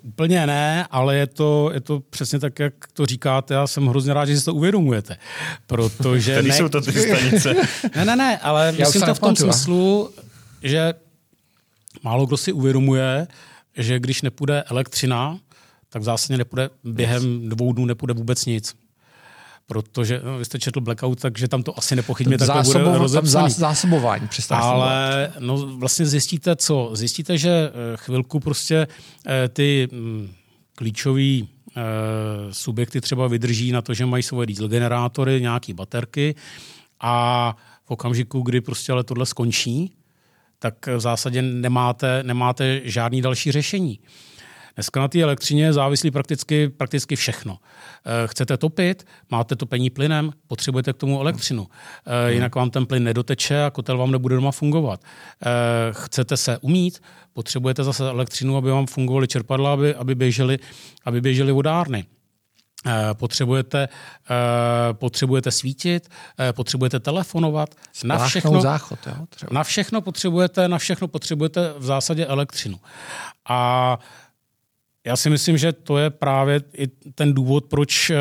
Úplně ne, ale je to, je to přesně tak, jak to říkáte. Já jsem hrozně rád, že si to uvědomujete. Protože Tady ne... jsou to ty stanice. ne, ne, ne, ale já myslím to v tom smyslu, že málo kdo si uvědomuje, že když nepůjde elektřina, tak v zásadě nepůjde, během dvou dnů nepůjde vůbec nic. Protože no, vy jste četl Blackout, takže tam to asi nepochybně takhle bude rozepsaný. Zásobování přestane Ale no, vlastně zjistíte co? Zjistíte, že chvilku prostě ty klíčový subjekty třeba vydrží na to, že mají svoje diesel generátory, nějaký baterky a v okamžiku, kdy prostě ale tohle skončí, tak v zásadě nemáte, nemáte žádný další řešení. Dneska na té elektřině je závislí prakticky, prakticky všechno. Chcete topit, máte topení plynem, potřebujete k tomu elektřinu. Jinak vám ten plyn nedoteče a kotel vám nebude doma fungovat. Chcete se umýt, potřebujete zase elektřinu, aby vám fungovaly čerpadla, aby, aby, běžely, aby běžely vodárny. Potřebujete, potřebujete svítit, potřebujete telefonovat, na všechno, záchod, jo, na všechno potřebujete, na všechno potřebujete v zásadě elektřinu. A já si myslím, že to je právě i ten důvod, proč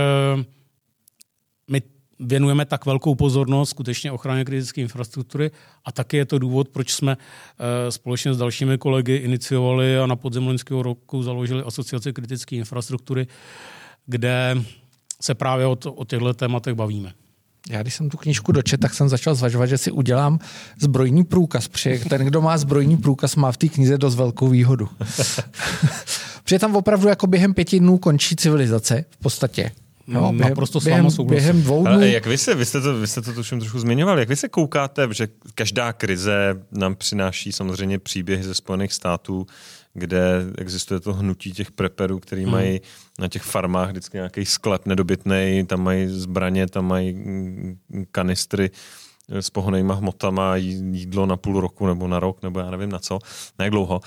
my věnujeme tak velkou pozornost skutečně ochraně kritické infrastruktury a taky je to důvod, proč jsme společně s dalšími kolegy iniciovali a na podzim loňského roku založili Asociaci kritické infrastruktury, kde se právě o, to, o těchto tématech bavíme. Já když jsem tu knížku dočet, tak jsem začal zvažovat, že si udělám zbrojní průkaz, protože ten, kdo má zbrojní průkaz, má v té knize dost velkou výhodu. Protože tam opravdu jako během pěti dnů končí civilizace v podstatě. No, během, naprosto s váma souhlasím. Během dvou dnů. Ale jak vy se, vy jste to, vy jste to tuším trošku zmiňovali, jak vy se koukáte, že každá krize nám přináší samozřejmě příběhy ze Spojených států, kde existuje to hnutí těch preperů, který hmm. mají na těch farmách vždycky nějaký sklep nedobytnej, tam mají zbraně, tam mají kanistry s pohonnýma hmotama, jídlo na půl roku nebo na rok, nebo já nevím na co, na jak dlouho.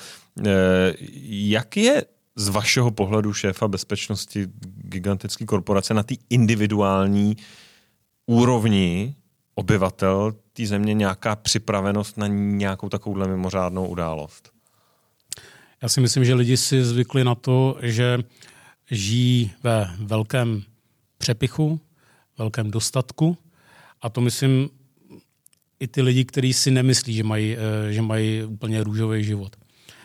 Jak je z vašeho pohledu šéfa bezpečnosti gigantické korporace na té individuální úrovni obyvatel té země nějaká připravenost na nějakou takovouhle mimořádnou událost? Já si myslím, že lidi si zvykli na to, že žijí ve velkém přepichu, velkém dostatku a to myslím i ty lidi, kteří si nemyslí, že mají, že mají úplně růžový život.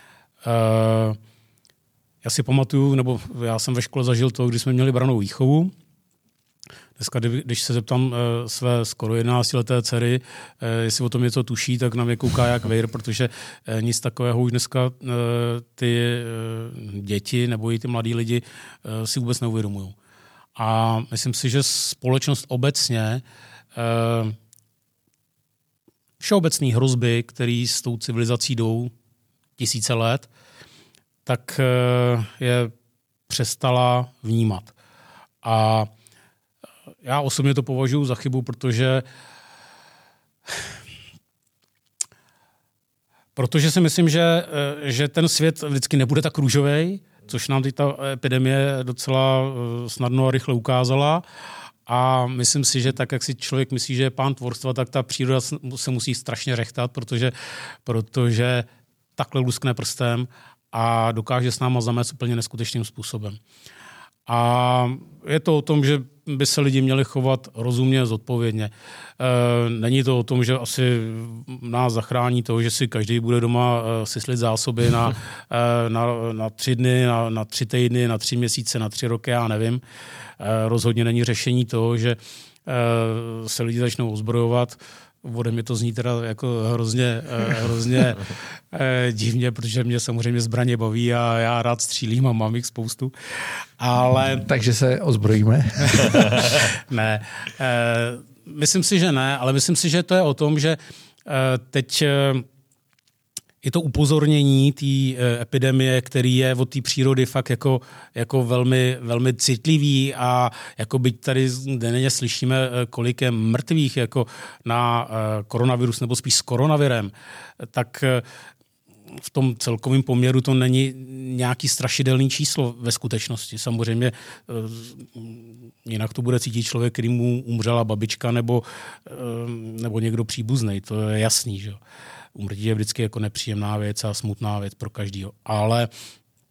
Já si pamatuju, nebo já jsem ve škole zažil to, když jsme měli brannou výchovu. Dneska, když se zeptám své skoro jedenáctileté dcery, jestli o tom něco tuší, tak na mě kouká jak vejr, protože nic takového už dneska ty děti nebo i ty mladí lidi si vůbec neuvědomují. A myslím si, že společnost obecně všeobecné hrozby, které s tou civilizací jdou tisíce let, tak je přestala vnímat. A já osobně to považuji za chybu, protože protože si myslím, že, že ten svět vždycky nebude tak růžovej, což nám teď ta epidemie docela snadno a rychle ukázala. A myslím si, že tak, jak si člověk myslí, že je pán tvorstva, tak ta příroda se musí strašně řechtat, protože, protože takhle luskne prstem a dokáže s náma zamést úplně neskutečným způsobem. A je to o tom, že by se lidi měli chovat rozumně, zodpovědně. Není to o tom, že asi nás zachrání to, že si každý bude doma syslit zásoby na, na, na tři dny, na, na tři týdny, na tři měsíce, na tři roky, já nevím. Rozhodně není řešení toho, že se lidi začnou ozbrojovat. Ode mě to zní teda jako hrozně, hrozně divně, protože mě samozřejmě zbraně baví a já rád střílím a mám jich spoustu. Ale... Takže se ozbrojíme? Ne. Myslím si, že ne, ale myslím si, že to je o tom, že teď je to upozornění té epidemie, který je od té přírody fakt jako, jako velmi, velmi citlivý a jako byť tady denně slyšíme, kolik je mrtvých jako na koronavirus nebo spíš s koronavirem, tak v tom celkovém poměru to není nějaký strašidelný číslo ve skutečnosti. Samozřejmě jinak to bude cítit člověk, který mu umřela babička nebo, nebo někdo příbuznej, to je jasný, že jo. Úmrtí je vždycky jako nepříjemná věc a smutná věc pro každýho. Ale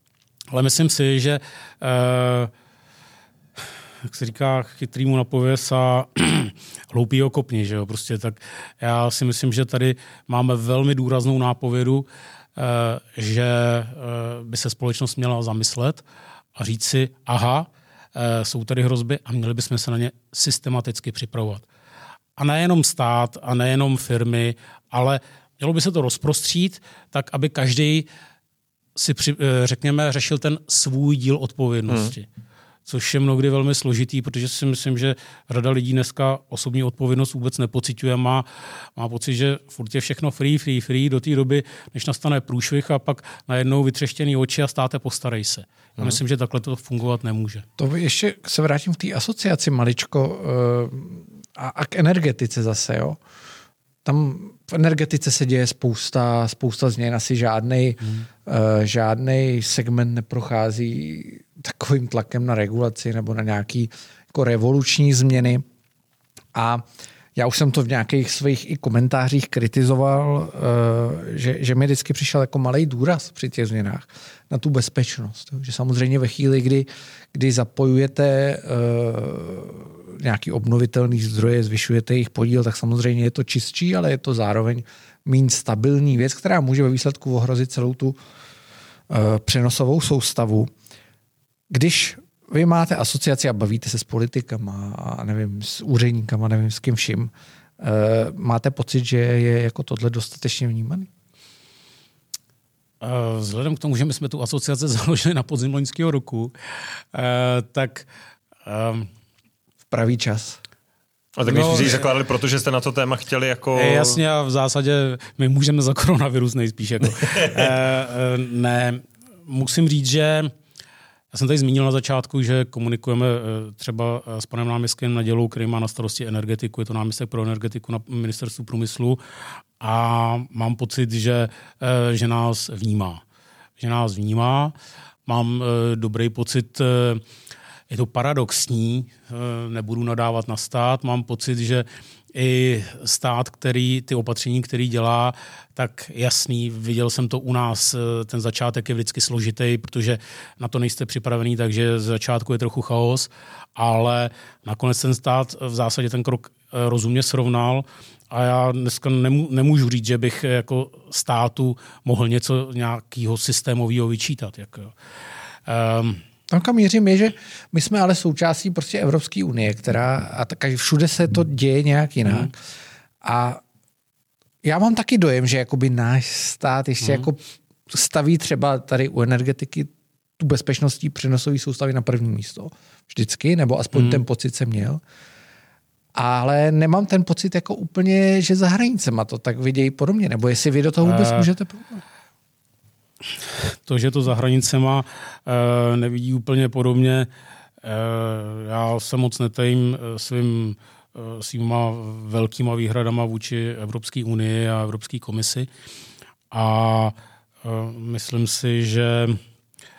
ale myslím si, že uh, jak se říká, chytrýmu napověz a hloupýho kopni, že jo, prostě tak já si myslím, že tady máme velmi důraznou nápovědu, že by se společnost měla zamyslet a říct si, aha, jsou tady hrozby a měli bychom se na ně systematicky připravovat. A nejenom stát a nejenom firmy, ale mělo by se to rozprostřít tak, aby každý si, řekněme, řešil ten svůj díl odpovědnosti. Hmm. Což je mnohdy velmi složitý, protože si myslím, že řada lidí dneska osobní odpovědnost vůbec nepociťuje. Má, má pocit, že furt je všechno free, free, free do té doby, než nastane průšvih a pak najednou vytřeštěný oči a státe postarej se. Já hmm. myslím, že takhle to fungovat nemůže. To ještě se vrátím v té asociaci maličko a, a k energetice zase, jo. Tam v energetice se děje spousta, spousta změn, asi žádnej, hmm. uh, žádnej segment neprochází takovým tlakem na regulaci nebo na nějaký jako revoluční změny. A já už jsem to v nějakých svých i komentářích kritizoval, uh, že, že mi vždycky přišel jako malej důraz při těch změnách na tu bezpečnost. Že samozřejmě ve chvíli, kdy, kdy zapojujete uh, nějaký obnovitelný zdroje, zvyšujete jejich podíl, tak samozřejmě je to čistší, ale je to zároveň méně stabilní věc, která může ve výsledku ohrozit celou tu uh, přenosovou soustavu. Když vy máte asociaci a bavíte se s politikama a nevím, s úředníkama, nevím s kým vším, uh, máte pocit, že je jako tohle dostatečně vnímaný? Uh, vzhledem k tomu, že my jsme tu asociaci založili na podzim loňského roku, uh, tak uh, pravý čas. A tak no, když zakládali, protože jste na to téma chtěli jako... Jasně a v zásadě my můžeme za koronavirus nejspíš. Jako. e, ne, musím říct, že já jsem tady zmínil na začátku, že komunikujeme třeba s panem náměstkem Nadělou, který má na starosti energetiku, je to náměstek pro energetiku na ministerstvu průmyslu a mám pocit, že, že nás vnímá. Že nás vnímá. Mám dobrý pocit. Je to paradoxní, nebudu nadávat na stát, mám pocit, že i stát, který ty opatření, který dělá, tak jasný, viděl jsem to u nás, ten začátek je vždycky složitý, protože na to nejste připravený, takže z začátku je trochu chaos, ale nakonec ten stát v zásadě ten krok rozumně srovnal a já dneska nemů, nemůžu říct, že bych jako státu mohl něco nějakého systémového vyčítat. Jako. Um, Tam, kam mířím, je, že my jsme ale součástí prostě Evropské unie, která a tak všude se to děje nějak jinak. Mm. A já mám taky dojem, že jakoby náš stát ještě mm. jako staví třeba tady u energetiky tu bezpečnostní přenosové soustavy na první místo. Vždycky, nebo aspoň mm. ten pocit jsem měl. Ale nemám ten pocit jako úplně, že za hranicema to tak vidějí podobně. Nebo jestli vy do toho vůbec uh. můžete promluvit. To, že to za hranicema e, nevidí úplně podobně, e, já se moc netajím svým, e, svýma velkýma výhradama vůči Evropské unii a Evropské komisi a e, myslím si, že e,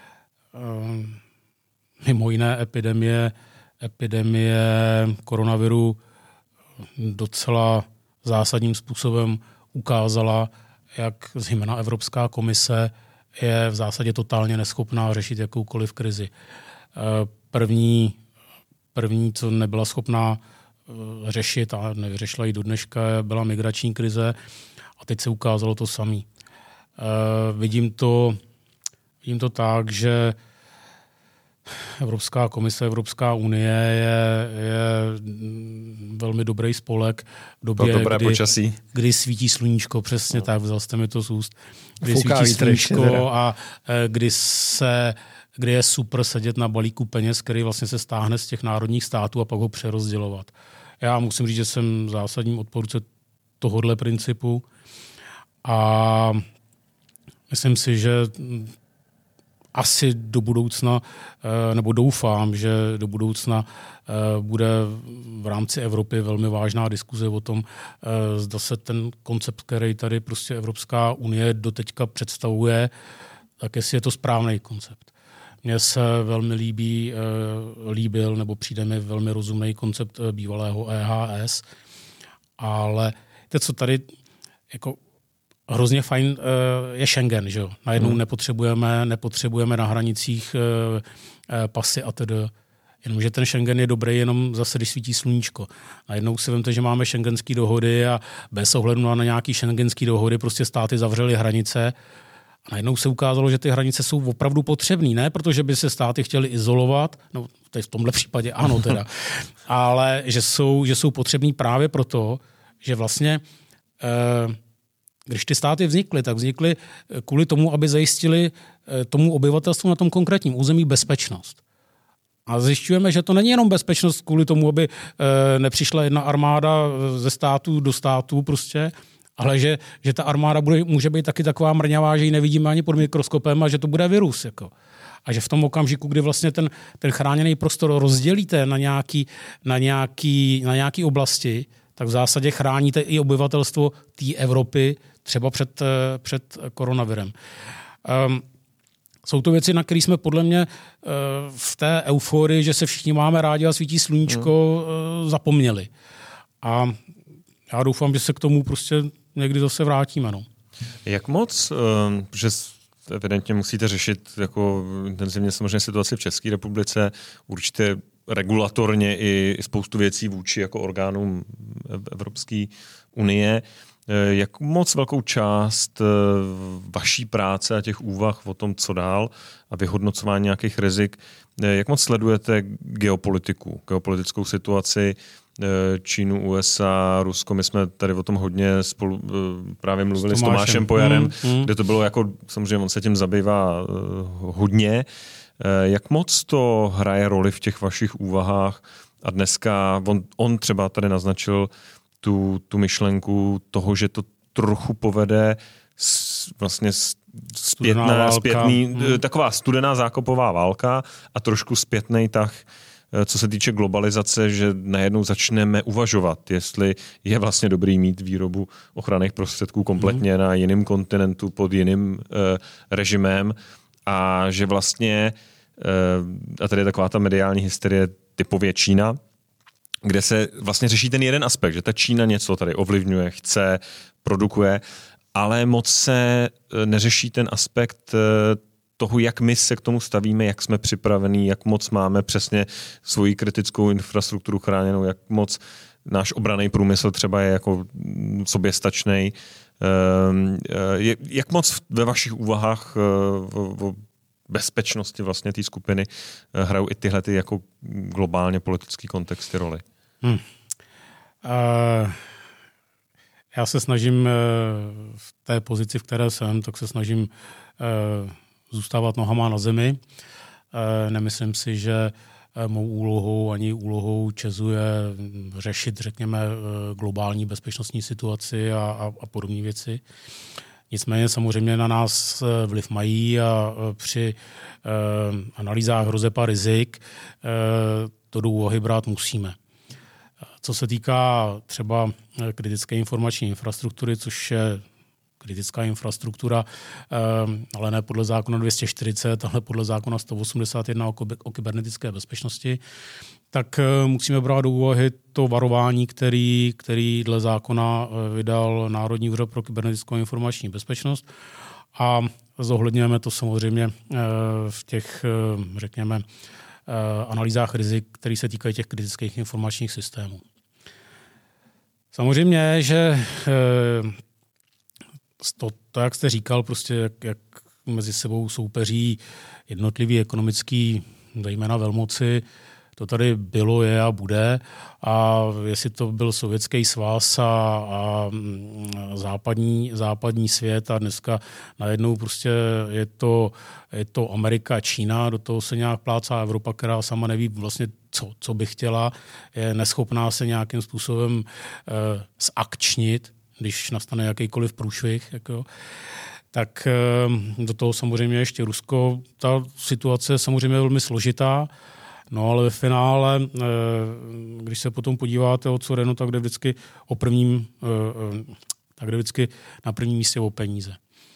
mimo jiné epidemie, epidemie koronaviru docela zásadním způsobem ukázala, jak zejména Evropská komise je v zásadě totálně neschopná řešit jakoukoliv krizi. První, první co nebyla schopná řešit a nevyřešila ji do dneška, byla migrační krize a teď se ukázalo to samé. Vidím to, vidím to tak, že Evropská komise, Evropská unie je, je velmi dobrý spolek v době, kdy, počasí. kdy svítí sluníčko, přesně no. tak, vzal jste mi to z úst, kdy Fouká svítí sluníčko a kdy, se, kdy je super sedět na balíku peněz, který vlastně se stáhne z těch národních států a pak ho přerozdělovat. Já musím říct, že jsem zásadním odpůrce tohohle principu a myslím si, že asi do budoucna, nebo doufám, že do budoucna bude v rámci Evropy velmi vážná diskuze o tom, zda se ten koncept, který tady prostě Evropská unie doteďka představuje, tak jestli je to správný koncept. Mně se velmi líbí, líbil, nebo přijde mi velmi rozumný koncept bývalého E H S, ale to, co tady jako hrozně fajn je Schengen, že jo. Najednou hmm. nepotřebujeme, nepotřebujeme na hranicích pasy a tedy. Jenomže ten Schengen je dobrý jenom zase, když svítí sluníčko. Najednou si vemte, že máme schengenské dohody a bez ohledu na nějaké schengenské dohody prostě státy zavřely hranice. A najednou se ukázalo, že ty hranice jsou opravdu potřebné, ne protože by se státy chtěly izolovat, no v tomhle případě ano teda, ale že jsou, že jsou potřebný právě proto, že vlastně eh, když ty státy vznikly, tak vznikly kvůli tomu, aby zajistili tomu obyvatelstvu na tom konkrétním území bezpečnost. A zjišťujeme, že to není jenom bezpečnost kvůli tomu, aby nepřišla jedna armáda ze státu do státu prostě, ale že, že ta armáda bude, může být taky taková mrňavá, že ji nevidíme ani pod mikroskopem a že to bude virus. Jako. A že v tom okamžiku, kdy vlastně ten, ten chráněný prostor rozdělíte na nějaký, na nějaký, na nějaký oblasti, tak v zásadě chráníte i obyvatelstvo té Evropy třeba před, před koronavirem. Um, jsou to věci, na které jsme podle mě uh, v té euforii, že se všichni máme rádi a svítí sluníčko, uh, zapomněli. A já doufám, že se k tomu prostě někdy zase vrátíme. No. Jak moc, uh, že evidentně musíte řešit jako intenzivně samozřejmě situaci v České republice, určitě regulatorně i spoustu věcí vůči jako orgánům Evropské unie. Jak moc velkou část vaší práce a těch úvah o tom, co dál a vyhodnocování nějakých rizik, jak moc sledujete geopolitiku, geopolitickou situaci Čínu, U S A, Rusko? My jsme tady o tom hodně spolu právě mluvili s Tomášem, s Tomášem Pojarem, mm, mm. kde to bylo jako, samozřejmě on se tím zabývá hodně. Jak moc to hraje roli v těch vašich úvahách a dneska on, on třeba tady naznačil tu, tu myšlenku toho, že to trochu povede s, vlastně zpětná, zpětný, hmm. taková studená zákopová válka a trošku zpětnej tah, co se týče globalizace, že najednou začneme uvažovat, jestli je vlastně dobrý mít výrobu ochranných prostředků kompletně hmm. na jiném kontinentu pod jiným eh, režimem a že vlastně, eh, a tady je taková ta mediální hysterie typově Čína, kde se vlastně řeší ten jeden aspekt, že ta Čína něco tady ovlivňuje, chce, produkuje, ale moc se neřeší ten aspekt toho, jak my se k tomu stavíme, jak jsme připravení, jak moc máme přesně svoji kritickou infrastrukturu chráněnou, jak moc náš obranný průmysl třeba je jako soběstačnej. Jak moc ve vašich úvahách o bezpečnosti vlastně té skupiny hrajou i tyhle ty jako globálně politický kontexty roli? Hmm. Uh, já se snažím uh, v té pozici, v které jsem, tak se snažím uh, zůstávat nohama na zemi. Uh, nemyslím si, že uh, mou úlohou ani úlohou ČEZu je řešit, řekněme, uh, globální bezpečnostní situaci a, a, a podobné věci. Nicméně samozřejmě na nás vliv mají a při uh, analýzách hrozeb a rizik uh, to do úvahy brát musíme. Co se týká třeba kritické informační infrastruktury, což je kritická infrastruktura, uh, ale ne podle zákona dvě stě čtyřicet, ale podle zákona sto osmdesát jedna o, o kybernetické bezpečnosti, tak uh, musíme brát do úvahy to varování, který, který dle zákona vydal Národní úřad pro kybernetickou informační bezpečnost a zohledňujeme to samozřejmě uh, v těch, uh, řekněme, uh, analýzách rizik, které se týkají těch kritických informačních systémů. Samozřejmě, že uh, to, to, jak jste říkal, prostě jak, jak mezi sebou soupeří jednotlivý ekonomický, zejména velmoci, to tady bylo, je a bude. A jestli to byl Sovětský svaz a, a západní, západní svět a dneska najednou prostě je to, je to Amerika a Čína, do toho se nějak plácá Evropa, která sama neví vlastně, co, co by chtěla, je neschopná se nějakým způsobem eh, zakčnit, když nastane jakýkoliv průšvih, jako, tak do toho samozřejmě ještě Rusko. Ta situace je samozřejmě velmi složitá, no ale ve finále, když se potom podíváte o co jde, no, tak jde vždycky o prvním, tak jde vždycky na prvním místě o peníze.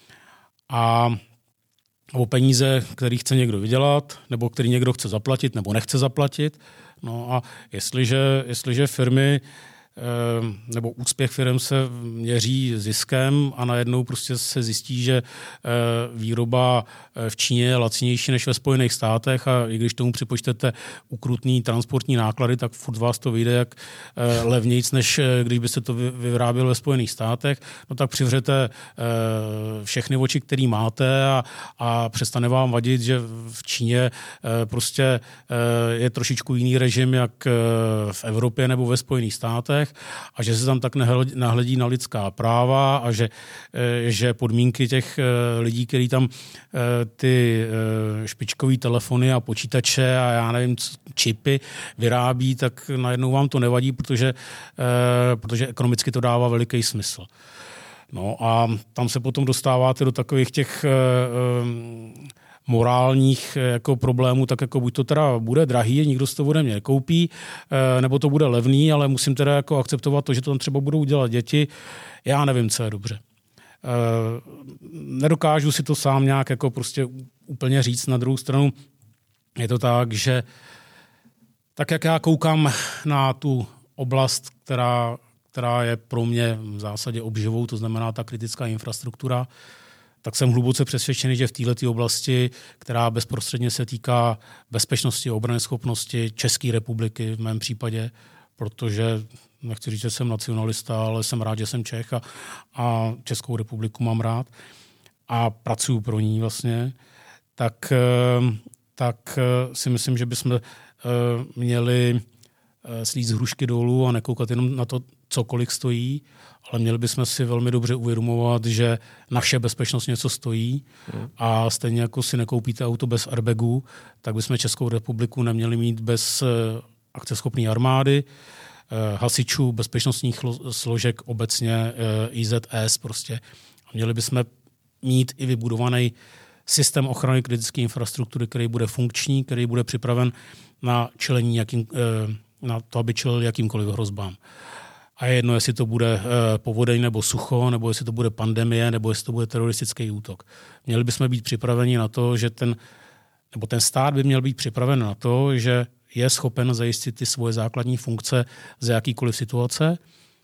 A o peníze, který chce někdo vydělat, nebo který někdo chce zaplatit, nebo nechce zaplatit. No a jestliže, jestliže firmy nebo úspěch firm se měří ziskem a najednou prostě se zjistí, že výroba v Číně je lacnější než ve Spojených státech a i když tomu připočtete ukrutný transportní náklady, tak furt vás to vyjde jak levnějc, než když byste to vyráběli ve Spojených státech, no tak přivřete všechny oči, které máte a, a přestane vám vadit, že v Číně prostě je trošičku jiný režim, jak v Evropě nebo ve Spojených státech a že se tam tak nahledí na lidská práva a že, že podmínky těch lidí, kteří tam ty špičkové telefony a počítače a já nevím, čipy vyrábí, tak najednou vám to nevadí, protože, protože ekonomicky to dává veliký smysl. No a tam se potom dostáváte do takových těch morálních jako problémů, tak jako buď to teda bude drahý, nikdo si to bude mě nekoupí, nebo to bude levný, ale musím teda jako akceptovat to, že to tam třeba budou dělat děti. Já nevím, co je dobře. Nedokážu si to sám nějak jako prostě úplně říct. Na druhou stranu je to tak, že tak, jak já koukám na tu oblast, která, která je pro mě v zásadě obživou, to znamená ta kritická infrastruktura, tak jsem hluboce přesvědčený, že v této oblasti, která bezprostředně se týká bezpečnosti a obranyschopnosti České republiky v mém případě, protože nechci říct, že jsem nacionalista, ale jsem rád, že jsem Čech a, a Českou republiku mám rád a pracuji pro ní vlastně, tak, tak si myslím, že bychom měli slít z hrušky dolů a nekoukat jenom na to, co kolik stojí, ale měli bychom si velmi dobře uvědomovat, že naše bezpečnost něco stojí a stejně jako si nekoupíte auto bez airbagu, tak bychom Českou republiku neměli mít bez akceschopné armády, hasičů, bezpečnostních složek obecně, I Z S prostě. A měli bychom mít i vybudovaný systém ochrany kritické infrastruktury, který bude funkční, který bude připraven na čelení jakým, na to, aby čelil jakýmkoliv hrozbám. A je jedno, jestli to bude povodeň nebo sucho, nebo jestli to bude pandemie, nebo jestli to bude teroristický útok. Měli bychom být připraveni na to, že ten, nebo ten stát by měl být připraven na to, že je schopen zajistit ty svoje základní funkce za jakýkoliv situace.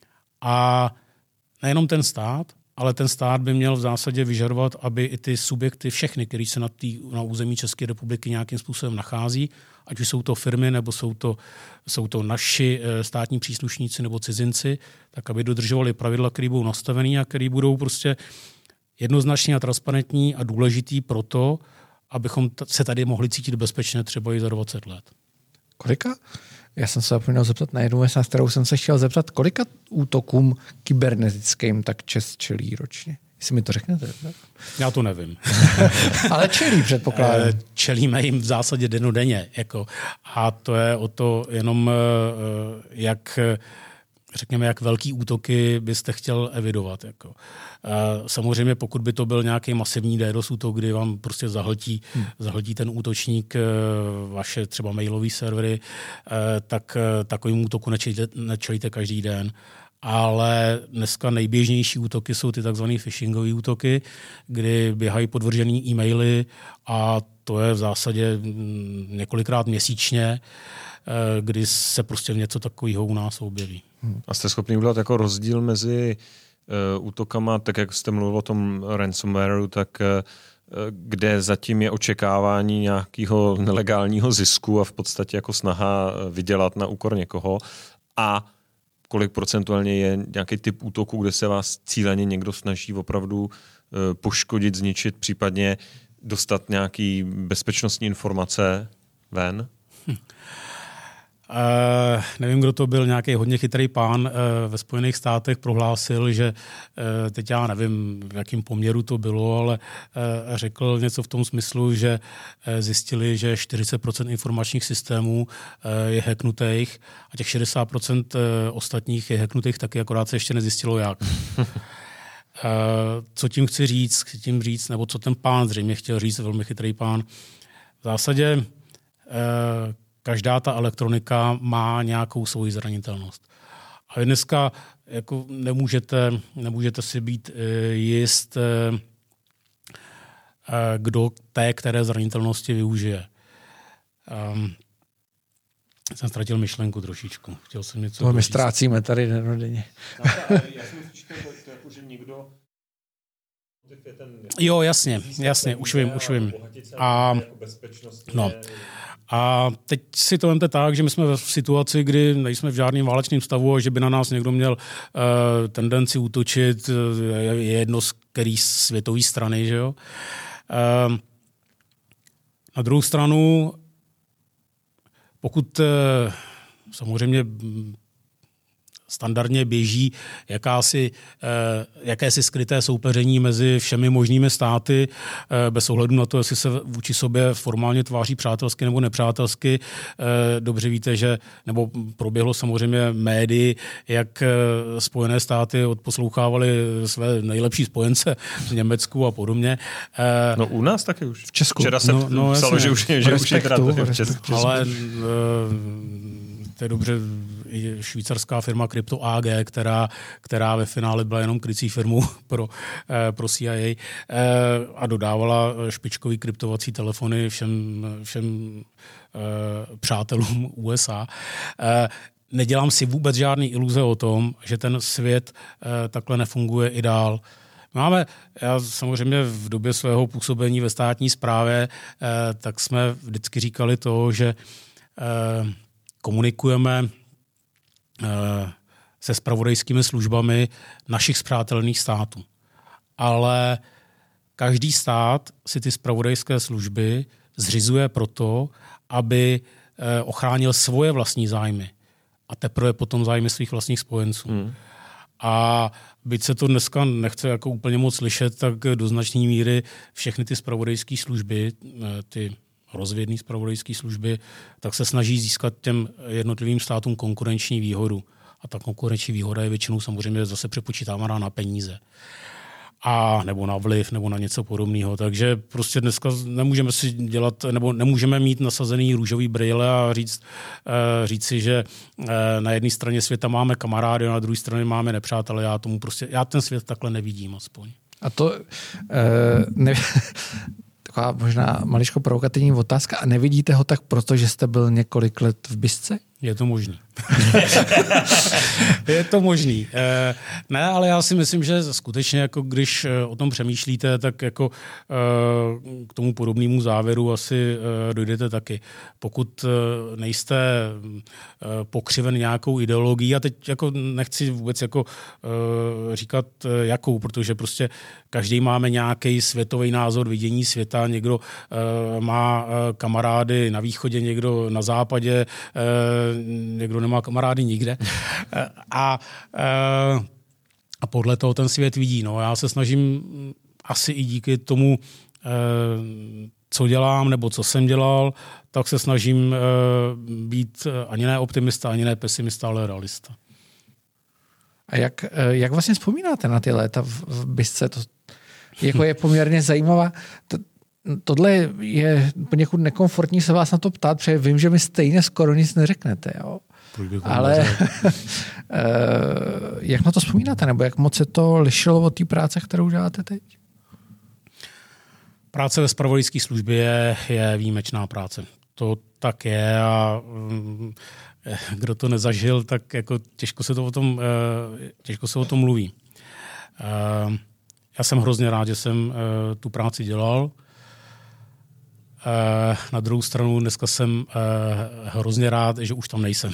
A nejenom ten stát, ale ten stát by měl v zásadě vyžadovat, aby i ty subjekty, všechny, které se na, tý, na území České republiky nějakým způsobem nachází, ať už jsou to firmy, nebo jsou to, jsou to naši státní příslušníci nebo cizinci, tak aby dodržovali pravidla, které budou nastavený a které budou prostě jednoznačně a transparentní a důležitý pro to, abychom se tady mohli cítit bezpečně třeba i za dvacet let. Kolika? Já jsem se zapomněl zeptat na jednu věc, na kterou jsem se chtěl zeptat, kolika útokům kybernetickým tak Čes čelí ročně? Jestli mi to řeknete. Tak? Já to nevím. Ale čelí, předpokládám. Čelíme jim v zásadě dennodenně. Jako. A to je o to jenom, jak, řekněme, jak velký útoky byste chtěl evidovat. Jako. Samozřejmě, pokud by to byl nějaký masivní DDoS útok, kdy vám prostě zahltí, hmm. zahltí ten útočník vaše třeba mailové servery, tak takovým útoku nečelíte, nečelíte každý den. Ale dneska nejběžnější útoky jsou ty takzvané phishingové útoky, kdy běhají podvržený e-maily a to je v zásadě několikrát měsíčně, kdy se prostě něco takového u nás objeví. A jste schopni udělat jako rozdíl mezi uh, útokama, tak jak jste mluvil o tom ransomwareu, tak uh, kde zatím je očekávání nějakého nelegálního zisku a v podstatě jako snaha vydělat na úkor někoho a kolik procentuálně je nějaký typ útoku, kde se vás cíleně někdo snaží opravdu uh, poškodit, zničit, případně dostat nějaký bezpečnostní informace ven? Hm. Uh, nevím, kdo to byl, nějaký hodně chytrý pán uh, ve Spojených státech prohlásil, že uh, teď já nevím, v jakém poměru to bylo, ale uh, řekl něco v tom smyslu, že uh, zjistili, že čtyřicet procent informačních systémů uh, je hacknutých a těch šedesát procent uh, ostatních je hacknutých taky, akorát se ještě nezjistilo jak. uh, co tím chci říct, chci tím říct, nebo co ten pán zřejmě chtěl říct, velmi chytrý pán. V zásadě uh, každá ta elektronika má nějakou svoji zranitelnost. A vy dneska jako nemůžete, nemůžete si být jist, kdo té které zranitelnosti využije. jsem ztratil myšlenku trošičku. Chtěl jsem něco to my ztrácíme tady denodenně. Já jsem slyšel, jako, že někdo... Jo, jasně, jasně, už vím, už vím. A, no. A teď si to vemte tak, že my jsme v situaci, kdy nejsme v žádném válečném stavu a že by na nás někdo měl uh, tendenci útočit, je jedno z který světové strany, že jo. Uh, na druhou stranu, pokud uh, samozřejmě standardně běží jakási, eh, jakési skryté soupeření mezi všemi možnými státy, eh, bez ohledu na to, jestli se vůči sobě formálně tváří přátelsky nebo nepřátelsky. Eh, dobře víte, že, nebo proběhlo samozřejmě médii, jak eh, Spojené státy odposlouchávaly své nejlepší spojence v Německu a podobně. Eh, no u nás taky už. V Česku. Včera se no, no, psalo, že už, že už je teda v Česku. Ale to je dobře, švýcarská firma Crypto A G, která, která ve finále byla jenom krycí firmou pro, pro C I A a dodávala špičkový kryptovací telefony všem, všem přátelům U S A. Nedělám si vůbec žádný iluze o tom, že ten svět takhle nefunguje i dál. Máme, já samozřejmě v době svého působení ve státní správě, tak jsme vždycky říkali to, že komunikujeme se zpravodajskými službami našich spřátelených států. Ale každý stát si ty zpravodajské služby zřizuje proto, aby ochránil svoje vlastní zájmy a teprve potom zájmy svých vlastních spojenců. Hmm. A byť se to dneska nechce jako úplně moc slyšet, tak do značné míry všechny ty zpravodajské služby, ty rozvědné zpravodajské služby, tak se snaží získat těm jednotlivým státům konkurenční výhodu. A ta konkurenční výhoda je většinou samozřejmě zase přepočítávaná na peníze. A nebo na vliv, nebo na něco podobného. Takže prostě dneska nemůžeme si dělat, nebo nemůžeme mít nasazený růžový brýle a říct, říct si, že na jedné straně světa máme kamarády a na druhé straně máme nepřátele. Já tomu prostě, já ten svět takhle nevidím aspoň. A to uh, ne, taková možná maličko provokativní otázka. A nevidíte ho tak proto, že jste byl několik let v Bisce? Je to možný. Je to možný. E, ne, ale já si myslím, že skutečně, jako když o tom přemýšlíte, tak jako e, k tomu podobnému závěru asi e, dojdete taky. Pokud e, nejste e, pokřiven nějakou ideologií, a teď jako nechci vůbec jako e, říkat e, jakou, protože prostě každý máme nějaký světový názor, vidění světa, někdo e, má e, kamarády na východě, někdo na západě, e, někdo nemá kamarády nikde. A, a podle toho ten svět vidí. No, já se snažím asi i díky tomu, co dělám nebo co jsem dělal, tak se snažím být ani ne optimista, ani ne pesimista, ale realista. A jak, jak vlastně vzpomínáte na ty léta v, v Bisce? To jako je poměrně zajímavá. To, Tohle je poněkud nekomfortní se vás na to ptát, protože vím, že mi stejně skoro nic neřeknete. Jo? Ale jak na to vzpomínáte? Nebo jak moc se to lišilo od té práce, kterou děláte teď? Práce ve zpravodajské službě je výjimečná práce. To tak je a kdo to nezažil, tak jako těžko se to o tom, těžko se o tom mluví. Já jsem hrozně rád, že jsem tu práci dělal. Na druhou stranu dneska jsem hrozně rád, že už tam nejsem.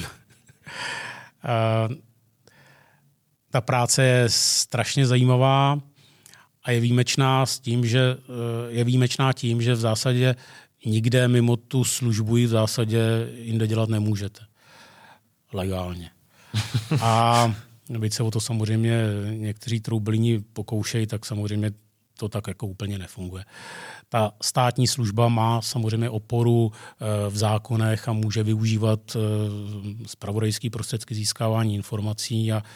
Ta práce je strašně zajímavá a je výjimečná s tím, že je výjimečná tím, že v zásadě nikde mimo tu službu v zásadě jinde dělat nemůžete. Legálně. A byť se o to samozřejmě někteří troublíni pokoušejí, tak samozřejmě to tak jako úplně nefunguje. Ta státní služba má samozřejmě oporu v zákonech a může využívat zpravodajské prostředky získávání informací a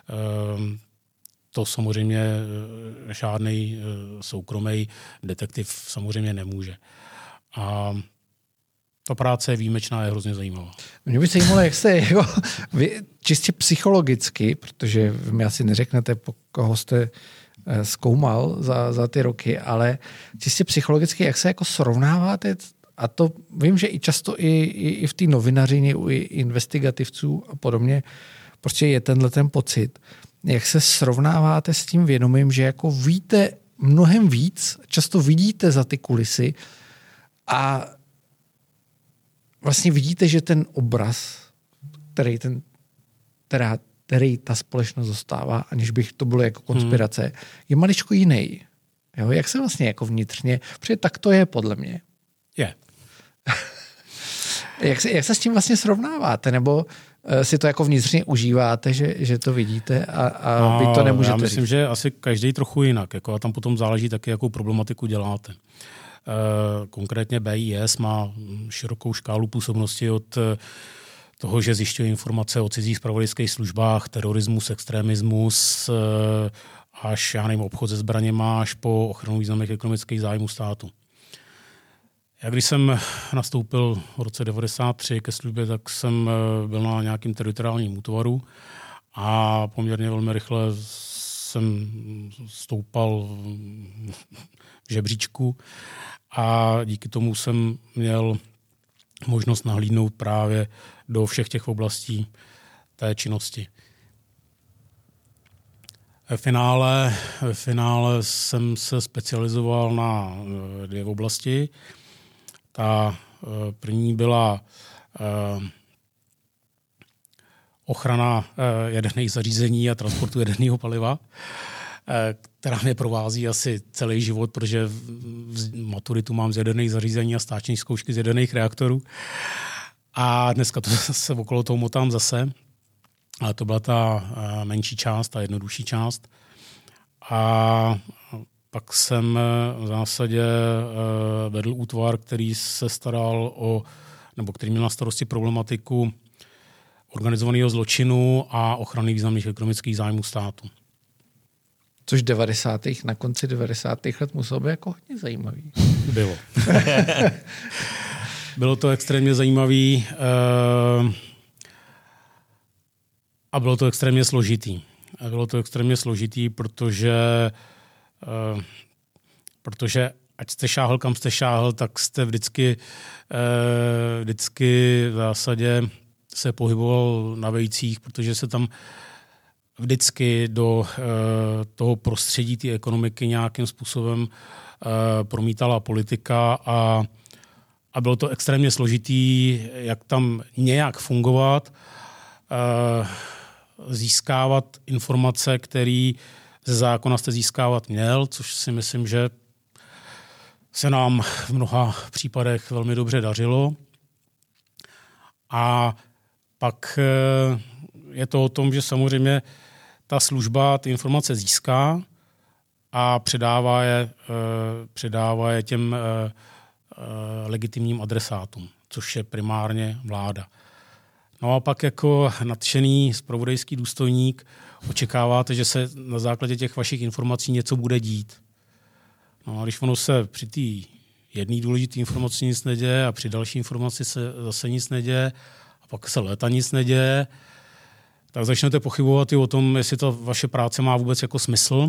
to samozřejmě žádný soukromý detektiv samozřejmě nemůže. A ta práce je výjimečná, je hrozně zajímavá. Mě by zajímalo, jak jste jako, vy čistě psychologicky, protože mi asi neřeknete, po koho jste zkoumal za, za ty roky, ale čistě psychologicky, jak se jako srovnáváte a to vím, že i často i, i, i v té novinařině u investigativců a podobně prostě je tenhle ten pocit, jak se srovnáváte s tím vědomím, že jako víte mnohem víc, často vidíte za ty kulisy a vlastně vidíte, že ten obraz, který, ten, která, který ta společnost dostává, aniž bych to bylo jako konspirace, hmm. je maličko jiný. Jo, jak se vlastně jako vnitřně, protože tak to je podle mě. Je. jak, se, jak se s tím vlastně srovnáváte? Nebo uh, si to jako vnitřně užíváte, že, že to vidíte a, a no, vy to nemůžete Já myslím, říct? že asi každý trochu jinak. Jako, a tam potom záleží taky, jakou problematiku děláte. Uh, konkrétně B I S má širokou škálu působnosti od uh, toho, že zjišťuje informace o cizích zpravodajských službách, terorismus, extremismus, uh, až, já nevím, obchod se zbraněma, až po ochranu významných ekonomických zájmů státu. Já když jsem nastoupil v roce devadesát tři ke službě, tak jsem byl na nějakým teritoriálním útvaru a poměrně velmi rychle jsem stoupal v žebříčku a díky tomu jsem měl možnost nahlídnout právě do všech těch oblastí té činnosti. Ve finále, ve finále jsem se specializoval na dvě oblasti. Ta první byla ochrana jaderných zařízení a transportu jaderného paliva, která mě provází asi celý život, protože maturitu mám z jaderných zařízení a stáční zkoušky z jaderných reaktorů. A dneska to se okolo toho motám zase. Ale to byla ta menší část, ta jednodušší část. A pak jsem v zásadě vedl útvar, který se staral o, nebo který měl na starosti problematiku organizovaného zločinu a ochrany významných ekonomických zájmů státu. Což devadesátých na konci devadesátých let muselo být jako hodně zajímavý. Bylo. Bylo to extrémně zajímavý a bylo to extrémně složitý. Bylo to extrémně složitý, protože Uh, protože ať jste šáhl, kam jste šáhl, tak jste vždycky, uh, vždycky v zásadě se pohyboval na vejcích, protože se tam vždycky do uh, toho prostředí té ekonomiky nějakým způsobem uh, promítala politika a, a bylo to extrémně složitý, jak tam nějak fungovat, uh, získávat informace, které ze zákona jste získávat měl, což si myslím, že se nám v mnoha případech velmi dobře dařilo. A pak je to o tom, že samozřejmě ta služba ty informace získá a předává je, předává je těm legitimním adresátům, což je primárně vláda. No a pak jako nadšený zpravodajský důstojník očekáváte, že se na základě těch vašich informací něco bude dít. No a když ono se při té jedné důležité informaci nic neděje a při další informaci se zase nic neděje a pak se léta nic neděje, tak začnete pochybovat i o tom, jestli ta vaše práce má vůbec jako smysl.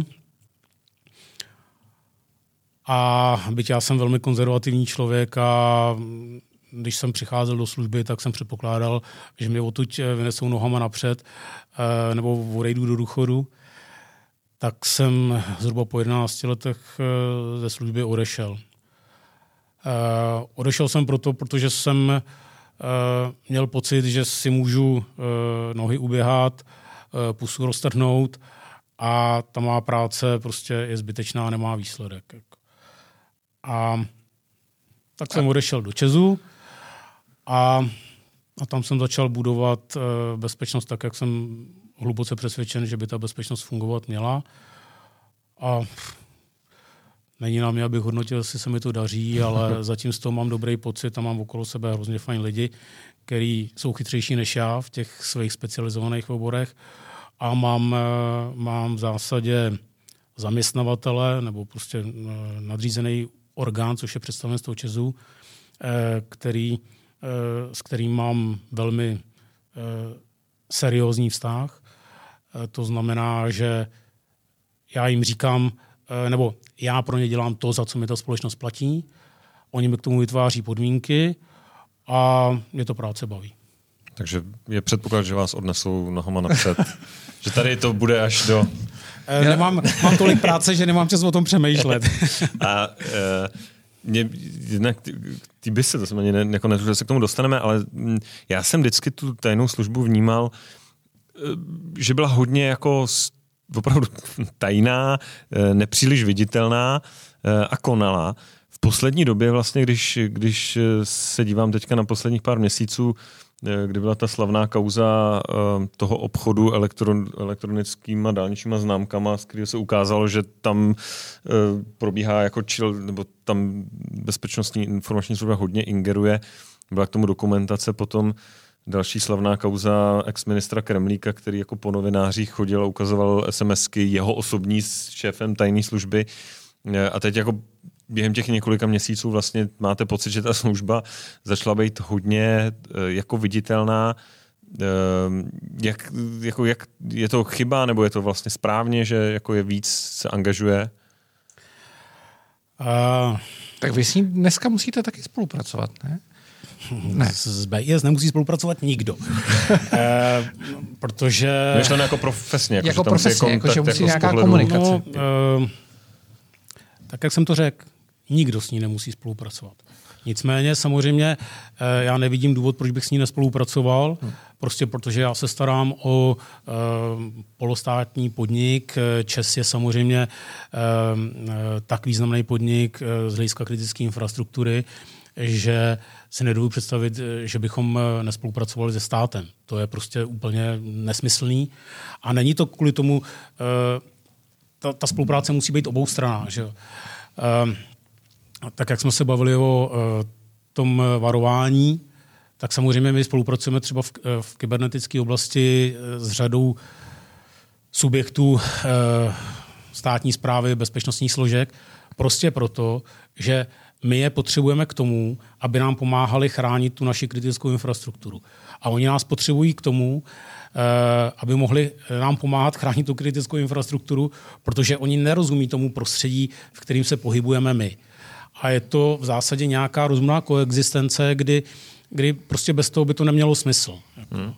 A byť já jsem velmi konzervativní člověk a když jsem přicházel do služby, tak jsem předpokládal, že mě odtud vynesou nohama napřed nebo odejdu do důchodu. Tak jsem zhruba po jedenácti letech ze služby odešel. Odešel jsem proto, protože jsem měl pocit, že si můžu nohy uběhat, pusu roztrhnout a ta má práce prostě je zbytečná, nemá výsledek. A tak jsem odešel do Česu a, a tam jsem začal budovat bezpečnost tak, jak jsem hluboce přesvědčen, že by ta bezpečnost fungovat měla. A není na mě, abych hodnotil, jestli se mi to daří, ale zatím z toho mám dobrý pocit a mám okolo sebe hrozně fajn lidi, kteří jsou chytřejší než já v těch svých specializovaných oborech a mám, mám v zásadě zaměstnavatele nebo prostě nadřízený orgán, což je představenstvo Česu, který, s kterým mám velmi seriózní vztah. To znamená, že já jim říkám, nebo já pro ně dělám to, za co mi ta společnost platí oni mi k tomu vytváří podmínky a mě to práce baví. Takže je předpoklad, že vás odnesou nohama napřed. Že tady to bude až do... Nemám, mám tolik práce, že nemám čas o tom přemýšlet. A e, mě, jednak ty by se, to jsem ani ne, jako netušil, že se k tomu dostaneme, ale já jsem vždycky tu tajnou službu vnímal, že byla hodně jako opravdu tajná, nepříliš viditelná a konala. V poslední době vlastně, když, když se dívám teďka na posledních pár měsíců, kdy byla ta slavná kauza toho obchodu elektron, elektronickýma dálničníma známkama, z kterého se ukázalo, že tam probíhá jako čil, nebo tam bezpečnostní informační služba hodně ingeruje. Byla k tomu dokumentace, potom další slavná kauza ex-ministra Kremlíka, který jako po novinářích chodil a ukazoval SMSky jeho osobní s šéfem tajné služby. A teď jako během těch několika měsíců vlastně máte pocit, že ta služba začala být hodně jako viditelná. Jak, jako, jak, je to chyba, nebo je to vlastně správně, že jako je víc se angažuje? Uh, tak vy s ním dneska musíte taky spolupracovat, ne? Ne. S B I S nemusí spolupracovat nikdo. e, protože... Myšleno jako profesně. Jako, jako že profesně, musí jako, že musí jako nějaká pohledu, komunikace. No, e, tak jak jsem to řekl, nikdo s ní nemusí spolupracovat. Nicméně samozřejmě e, já nevidím důvod, proč bych s ní nespolupracoval, hmm. prostě protože já se starám o e, polostátní podnik. ČEZ je samozřejmě e, tak významný podnik e, z hlediska kritické infrastruktury, že si nedovedu představit, že bychom nespolupracovali se státem. To je prostě úplně nesmyslný. A není to kvůli tomu, ta, ta spolupráce musí být oboustranná. Že? Tak jak jsme se bavili o tom varování, tak samozřejmě my spolupracujeme třeba v, v kybernetické oblasti s řadou subjektů státní správy, bezpečnostních složek, prostě proto, že my je potřebujeme k tomu, aby nám pomáhali chránit tu naši kritickou infrastrukturu. A oni nás potřebují k tomu, aby mohli nám pomáhat chránit tu kritickou infrastrukturu, protože oni nerozumí tomu prostředí, v kterým se pohybujeme my. A je to v zásadě nějaká rozumná koexistence, kdy, kdy prostě bez toho by to nemělo smysl. Hmm.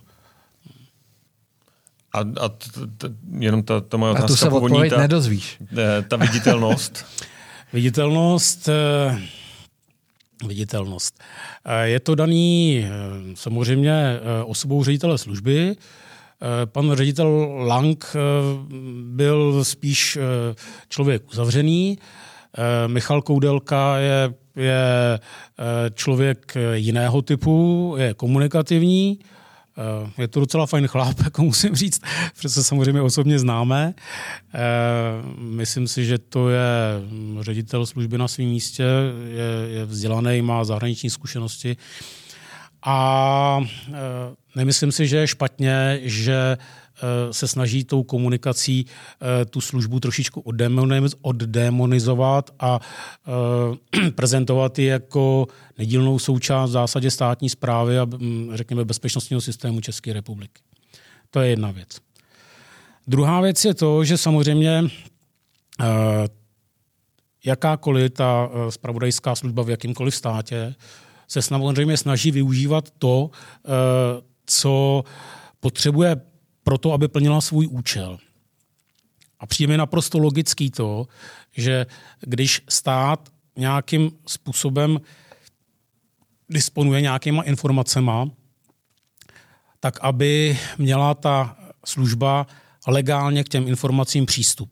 A, a t, t, jenom ta, ta moje otázka a tu se původní, odpověď ta, nedozvíš. Ta viditelnost. Viditelnost, viditelnost. Je to daný samozřejmě osobou ředitele služby. Pan ředitel Lang byl spíš člověk uzavřený. Michal Koudelka je, je člověk jiného typu, je komunikativní. Je to docela fajn chlap, jako musím říct, protože se samozřejmě osobně známe. Myslím si, že to je ředitel služby na svém místě, je, je vzdělaný, má zahraniční zkušenosti. A nemyslím si, že je špatně, že se snaží tou komunikací tu službu trošičku oddemonizovat a prezentovat ji jako nedílnou součást v zásadě státní správy a řekněme bezpečnostního systému České republiky. To je jedna věc. Druhá věc je to, že samozřejmě jakákoliv ta zpravodajská služba v jakýmkoliv státě se samozřejmě snaží využívat to, co potřebuje proto, aby plnila svůj účel. A přijde mi naprosto logický to, že když stát nějakým způsobem disponuje nějakýma informacema, tak aby měla ta služba legálně k těm informacím přístup.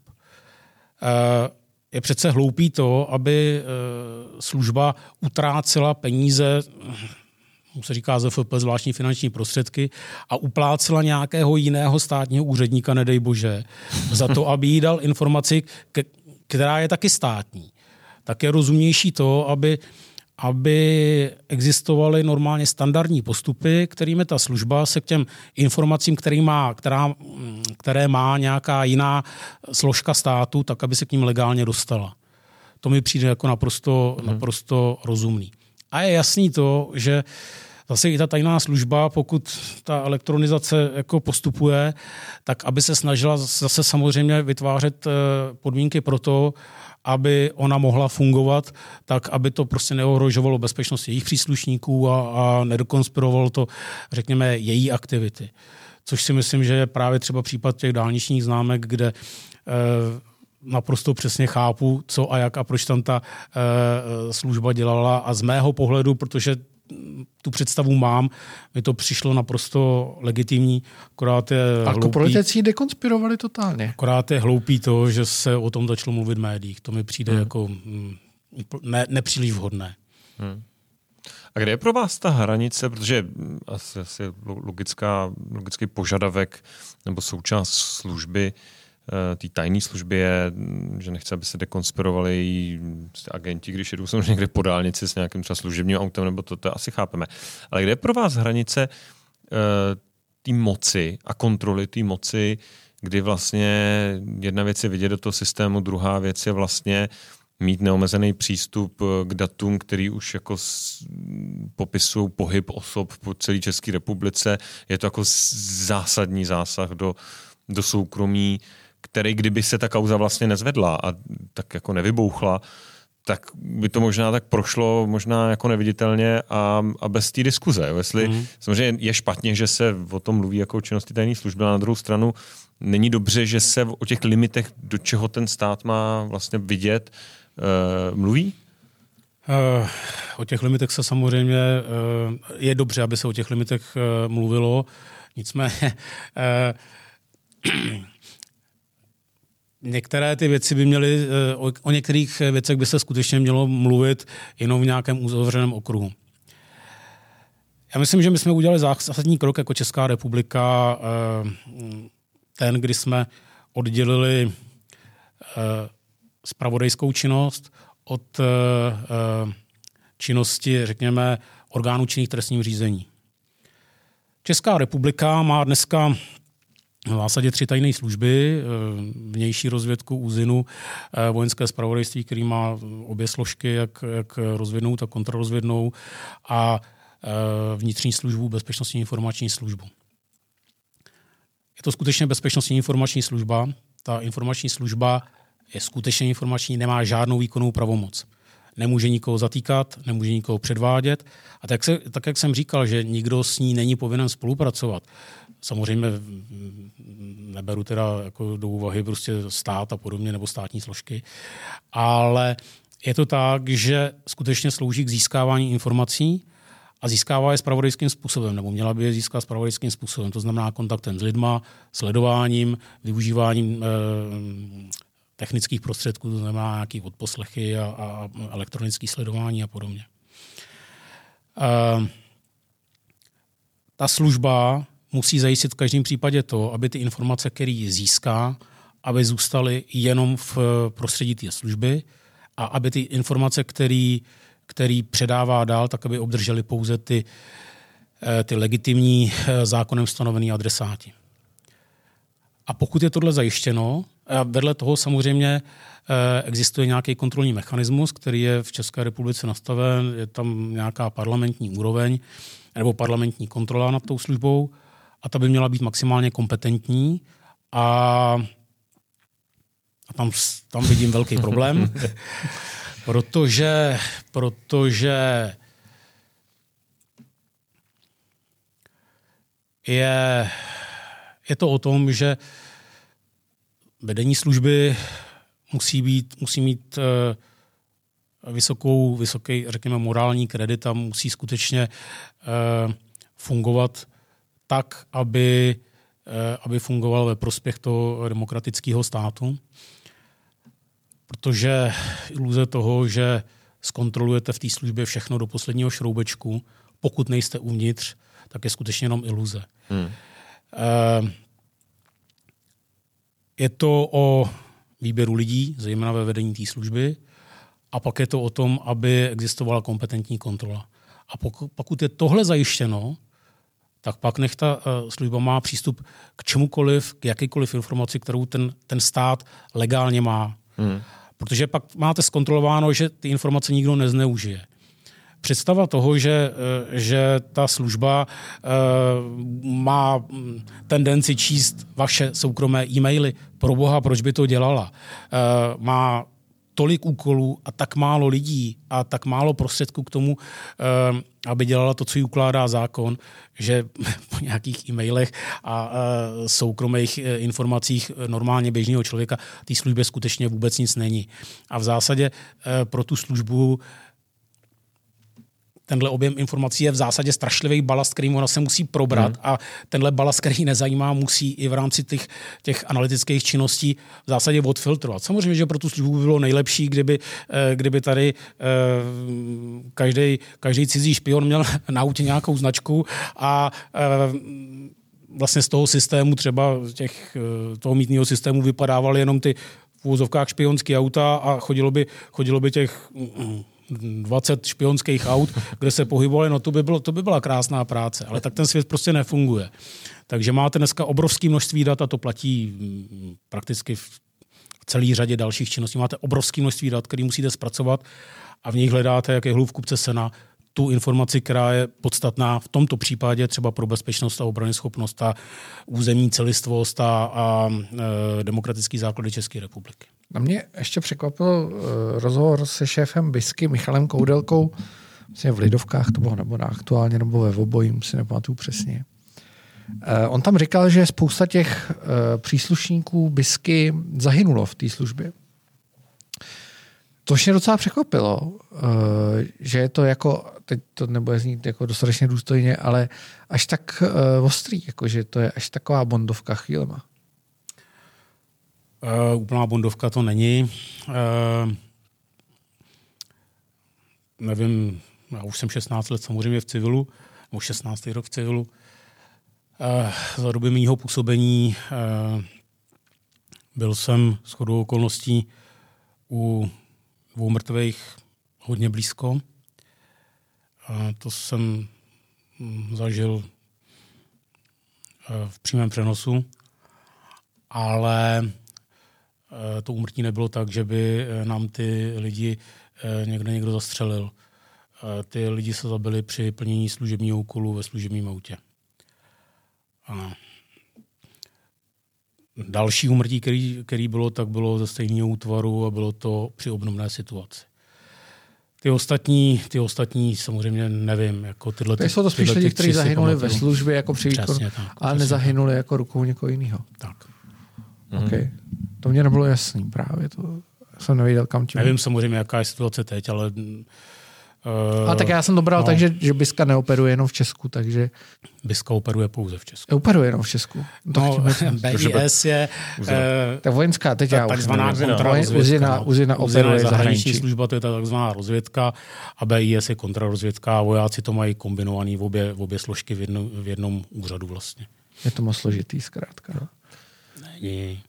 Je přece hloupý to, aby služba utrácela peníze, mu se říká Z F P, zvláštní finanční prostředky, a uplácela nějakého jiného státního úředníka, nedej bože, za to, aby jí dal informaci, která je taky státní. Tak je rozumnější to, aby, aby existovaly normálně standardní postupy, kterými ta služba se k těm informacím, který má, která, které má nějaká jiná složka státu, tak aby se k ním legálně dostala. To mi přijde jako naprosto, hmm. naprosto rozumný. A je jasný to, že zase i ta tajná služba, pokud ta elektronizace jako postupuje, tak aby se snažila zase samozřejmě vytvářet podmínky pro to, aby ona mohla fungovat tak, aby to prostě neohrožovalo bezpečnost jejich příslušníků a, a nedokonspirovalo to, řekněme, její aktivity. Což si myslím, že je právě třeba případ těch dálničních známek, kde e, naprosto přesně chápu, co a jak a proč tam ta e, služba dělala. A z mého pohledu, protože tu představu mám, mi to přišlo naprosto legitimní, akorát je a koproliteci ji dekonspirovali totálně. Akorát je hloupý to, že se o tom začalo mluvit v médiích. To mi přijde hmm. jako mm, ne, nepříliš vhodné. Hmm. A kde je pro vás ta hranice, protože asi, asi logická, logický požadavek nebo součást služby, té tajné služby je, že nechce, aby se dekonspirovali agenti, když jedou samozřejmě někde po dálnici s nějakým třeba služebním autem, nebo to, to asi chápeme. Ale kde je pro vás hranice uh, té moci a kontroly té moci, kdy vlastně jedna věc je vidět do toho systému, druhá věc je vlastně mít neomezený přístup k datům, který už jako popisují pohyb osob po celé České republice. Je to jako zásadní zásah do, do soukromí, který kdyby se ta kauza vlastně nezvedla a tak jako nevybouchla, tak by to možná tak prošlo možná jako neviditelně a, a bez té diskuze. Jo. Jestli mm. samozřejmě je špatně, že se o tom mluví jako o činnosti tajné služby, ale na druhou stranu není dobře, že se o těch limitech, do čeho ten stát má vlastně vidět, uh, mluví? Uh, o těch limitech se samozřejmě uh, je dobře, aby se o těch limitech uh, mluvilo. Nicméně uh, některé ty věci by měly, o, o některých věcech by se skutečně mělo mluvit jenom v nějakém uzavřeném okruhu. Já myslím, že my jsme udělali zásadní krok jako Česká republika, ten, kdy jsme oddělili zpravodajskou činnost od činnosti, řekněme, orgánů činných trestním řízení. Česká republika má dneska v zásadě tři tajné služby, vnější rozvědku, úzinu, vojenské zpravodajství, který má obě složky, jak, jak rozvědnou, tak kontrarozvědnou, a vnitřní službu, bezpečnostní informační službu. Je to skutečně bezpečnostní informační služba. Ta informační služba je skutečně informační, nemá žádnou výkonnou pravomoc. Nemůže nikoho zatýkat, nemůže nikoho předvádět. A tak, se, tak jak jsem říkal, že nikdo s ní není povinen spolupracovat, samozřejmě neberu teda jako do úvahy prostě stát a podobně, nebo státní složky, ale je to tak, že skutečně slouží k získávání informací a získává je zpravodajským způsobem, nebo měla by je získat zpravodajským způsobem. To znamená kontaktem s lidma, sledováním, využíváním eh, technických prostředků, to znamená nějaké odposlechy a, a elektronické sledování a podobně. Eh, ta služba musí zajistit v každém případě to, aby ty informace, které získá, aby zůstaly jenom v prostředí té služby a aby ty informace, které který předává dál, tak aby obdrželi pouze ty, ty legitimní zákonem stanovené adresáti. A pokud je tohle zajištěno, a vedle toho samozřejmě existuje nějaký kontrolní mechanismus, který je v České republice nastaven, je tam nějaká parlamentní úroveň nebo parlamentní kontrola nad tou službou, a ta by měla být maximálně kompetentní a, a tam, tam vidím velký problém, protože, protože je, je to o tom, že vedení služby musí, být, musí mít uh, vysokou, vysoký, řekněme, morální kredit a musí skutečně uh, fungovat tak, aby, aby fungoval ve prospěch toho demokratického státu. Protože iluze toho, že zkontrolujete v té službě všechno do posledního šroubečku, pokud nejste uvnitř, tak je skutečně jenom iluze. Hmm. Je to o výběru lidí, zejména ve vedení té služby, a pak je to o tom, aby existovala kompetentní kontrola. A pokud je tohle zajištěno, tak pak nech ta uh, služba má přístup k čemukoliv, k jakýkoliv informaci, kterou ten, ten stát legálně má. Hmm. Protože pak máte zkontrolováno, že ty informace nikdo nezneužije. Představa toho, že, uh, že ta služba uh, má tendenci číst vaše soukromé e-maily, pro boha, proč by to dělala? Uh, má tolik úkolů a tak málo lidí a tak málo prostředků k tomu, aby dělala to, co jí ukládá zákon, že po nějakých e-mailech a soukromých informacích normálně běžného člověka té službě skutečně vůbec nic není. A v zásadě pro tu službu tenhle objem informací je v zásadě strašlivý balast, kterým ona se musí probrat hmm. a tenhle balast, který nezajímá, musí i v rámci těch, těch analytických činností v zásadě odfiltrovat. Samozřejmě, že pro tu službu by bylo nejlepší, kdyby, kdyby tady každý, každý cizí špion měl na autě nějakou značku a vlastně z toho systému, třeba těch, toho mýtného systému vypadávaly jenom ty v úvozovkách špionský auta a chodilo by, chodilo by těch dvacet špionských aut, kde se pohybovali, no to by, bylo, to by byla krásná práce, ale tak ten svět prostě nefunguje. Takže máte dneska obrovské množství dat a to platí prakticky v celé řadě dalších činností. Máte obrovské množství dat, které musíte zpracovat a v nich hledáte, jak je hůl v kupce sena, tu informaci, která je podstatná v tomto případě třeba pro bezpečnost a obranyschopnost a územní celistvost a, a e, demokratický základy České republiky. Na mě ještě překvapil uh, rozhovor se šéfem BISky Michalem Koudelkou, vlastně v Lidovkách to bylo, nebo na Aktuálně, nebo ve obojím, si nepamatuju přesně. Uh, on tam říkal, že spousta těch uh, příslušníků BISky zahynulo v té službě. To mě docela překvapilo, uh, že je to jako, teď to nebude znít jako dostatečně důstojně, ale až tak uh, ostrý, jako že to je až taková bondovka chvílema. Uh, úplná bondovka to není. Uh, nevím, já už jsem šestnáct let samozřejmě v civilu, už šestnáctý rok v civilu. Uh, za doby mýho působení uh, byl jsem shodou okolností u dvou mrtvých hodně blízko. Uh, to jsem zažil uh, v přímém přenosu, ale to úmrtí nebylo tak, že by nám ty lidi někde někdo zastřelil. Ty lidi se zabili při plnění služebního úkolu ve služebním autě. A další úmrtí, který, který bylo, tak bylo ze stejného útvaru a bylo to při obdobné situaci. Ty ostatní, ty ostatní samozřejmě nevím. Jako tyhle, ty, jsou to spíš lidi, kteří zahynuli ve službě jako při výkonu, ale nezahynuli jako rukou někoho jiného. Tak. Mm. Okay. To mě nebylo jasný právě. To jsem nevěděl, kam tím. Nevím samozřejmě, jaká je situace teď, ale... Uh, a tak já jsem dobral no. tak, že, že BISka neoperuje jenom v Česku, takže... BISka operuje pouze v Česku. Operuje jenom v Česku. No, B I S je... Uh, tak vojenská, teď já už takzvaná kontrarozvědka. Uzina, uzina no. operuje zahraniční zahraničí. služba, to je ta takzvaná rozvědka a B I S je kontrarozvědka a vojáci to mají kombinovaný v obě, v obě složky v, jedno, v jednom úřadu vlastně. Je to moc složitý zkrátka, no. Není.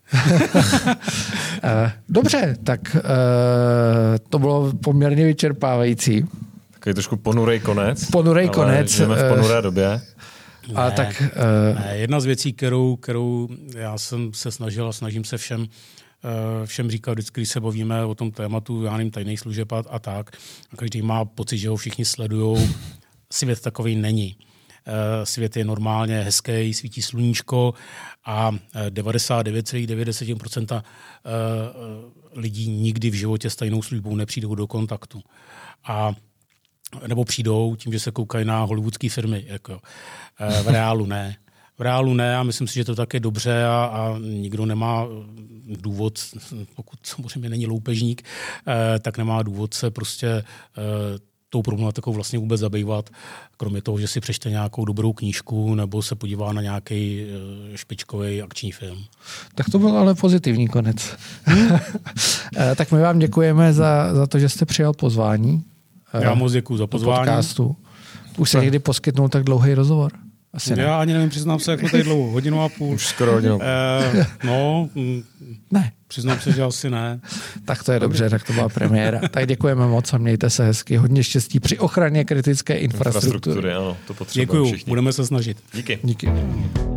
Dobře, tak uh, to bylo poměrně vyčerpávající. Takový trošku ponurej konec. Ponurej konec. Žijeme v ponuré době. A ne, tak, uh, ne, jedna z věcí, kterou, kterou já jsem se snažil a snažím se všem, uh, všem říkat, vždycky, když se bavíme o tom tématu, já nevím, tajných služeb a, a tak, a každý má pocit, že ho všichni sledujou, svět takový není. Svět je normálně hezký, svítí sluníčko a devadesát devět celá devět procent lidí nikdy v životě s tajnou službou nepřijdou do kontaktu. A nebo přijdou tím, že se koukají na hollywoodské firmy. Jako. V reálu ne. V reálu ne a myslím si, že to tak je dobře a, a nikdo nemá důvod, pokud samozřejmě není loupežník, tak nemá důvod se prostě tou problematikou vlastně vůbec zabývat, kromě toho, že si přečte nějakou dobrou knížku nebo se podívá na nějaký špičkový akční film. Tak to byl ale pozitivní konec. Tak my vám děkujeme za, za to, že jste přijal pozvání. Já moc děkuju za pozvání. Podcastu. Už se někdy poskytnul tak dlouhý rozhovor? Asi Já ne. ani nevím, přiznám se, jako tady dlouho, hodinu a půl. Už skoro hodinu. Eh, no, ne. Přiznám se, že asi ne. Tak to je dobře, tak to byla premiéra. Tak děkujeme moc a mějte se hezky. Hodně štěstí při ochraně kritické infrastruktury. Infrastruktury, ano, to potřebujeme Děkuju, všichni. budeme se snažit. Díky. Díky.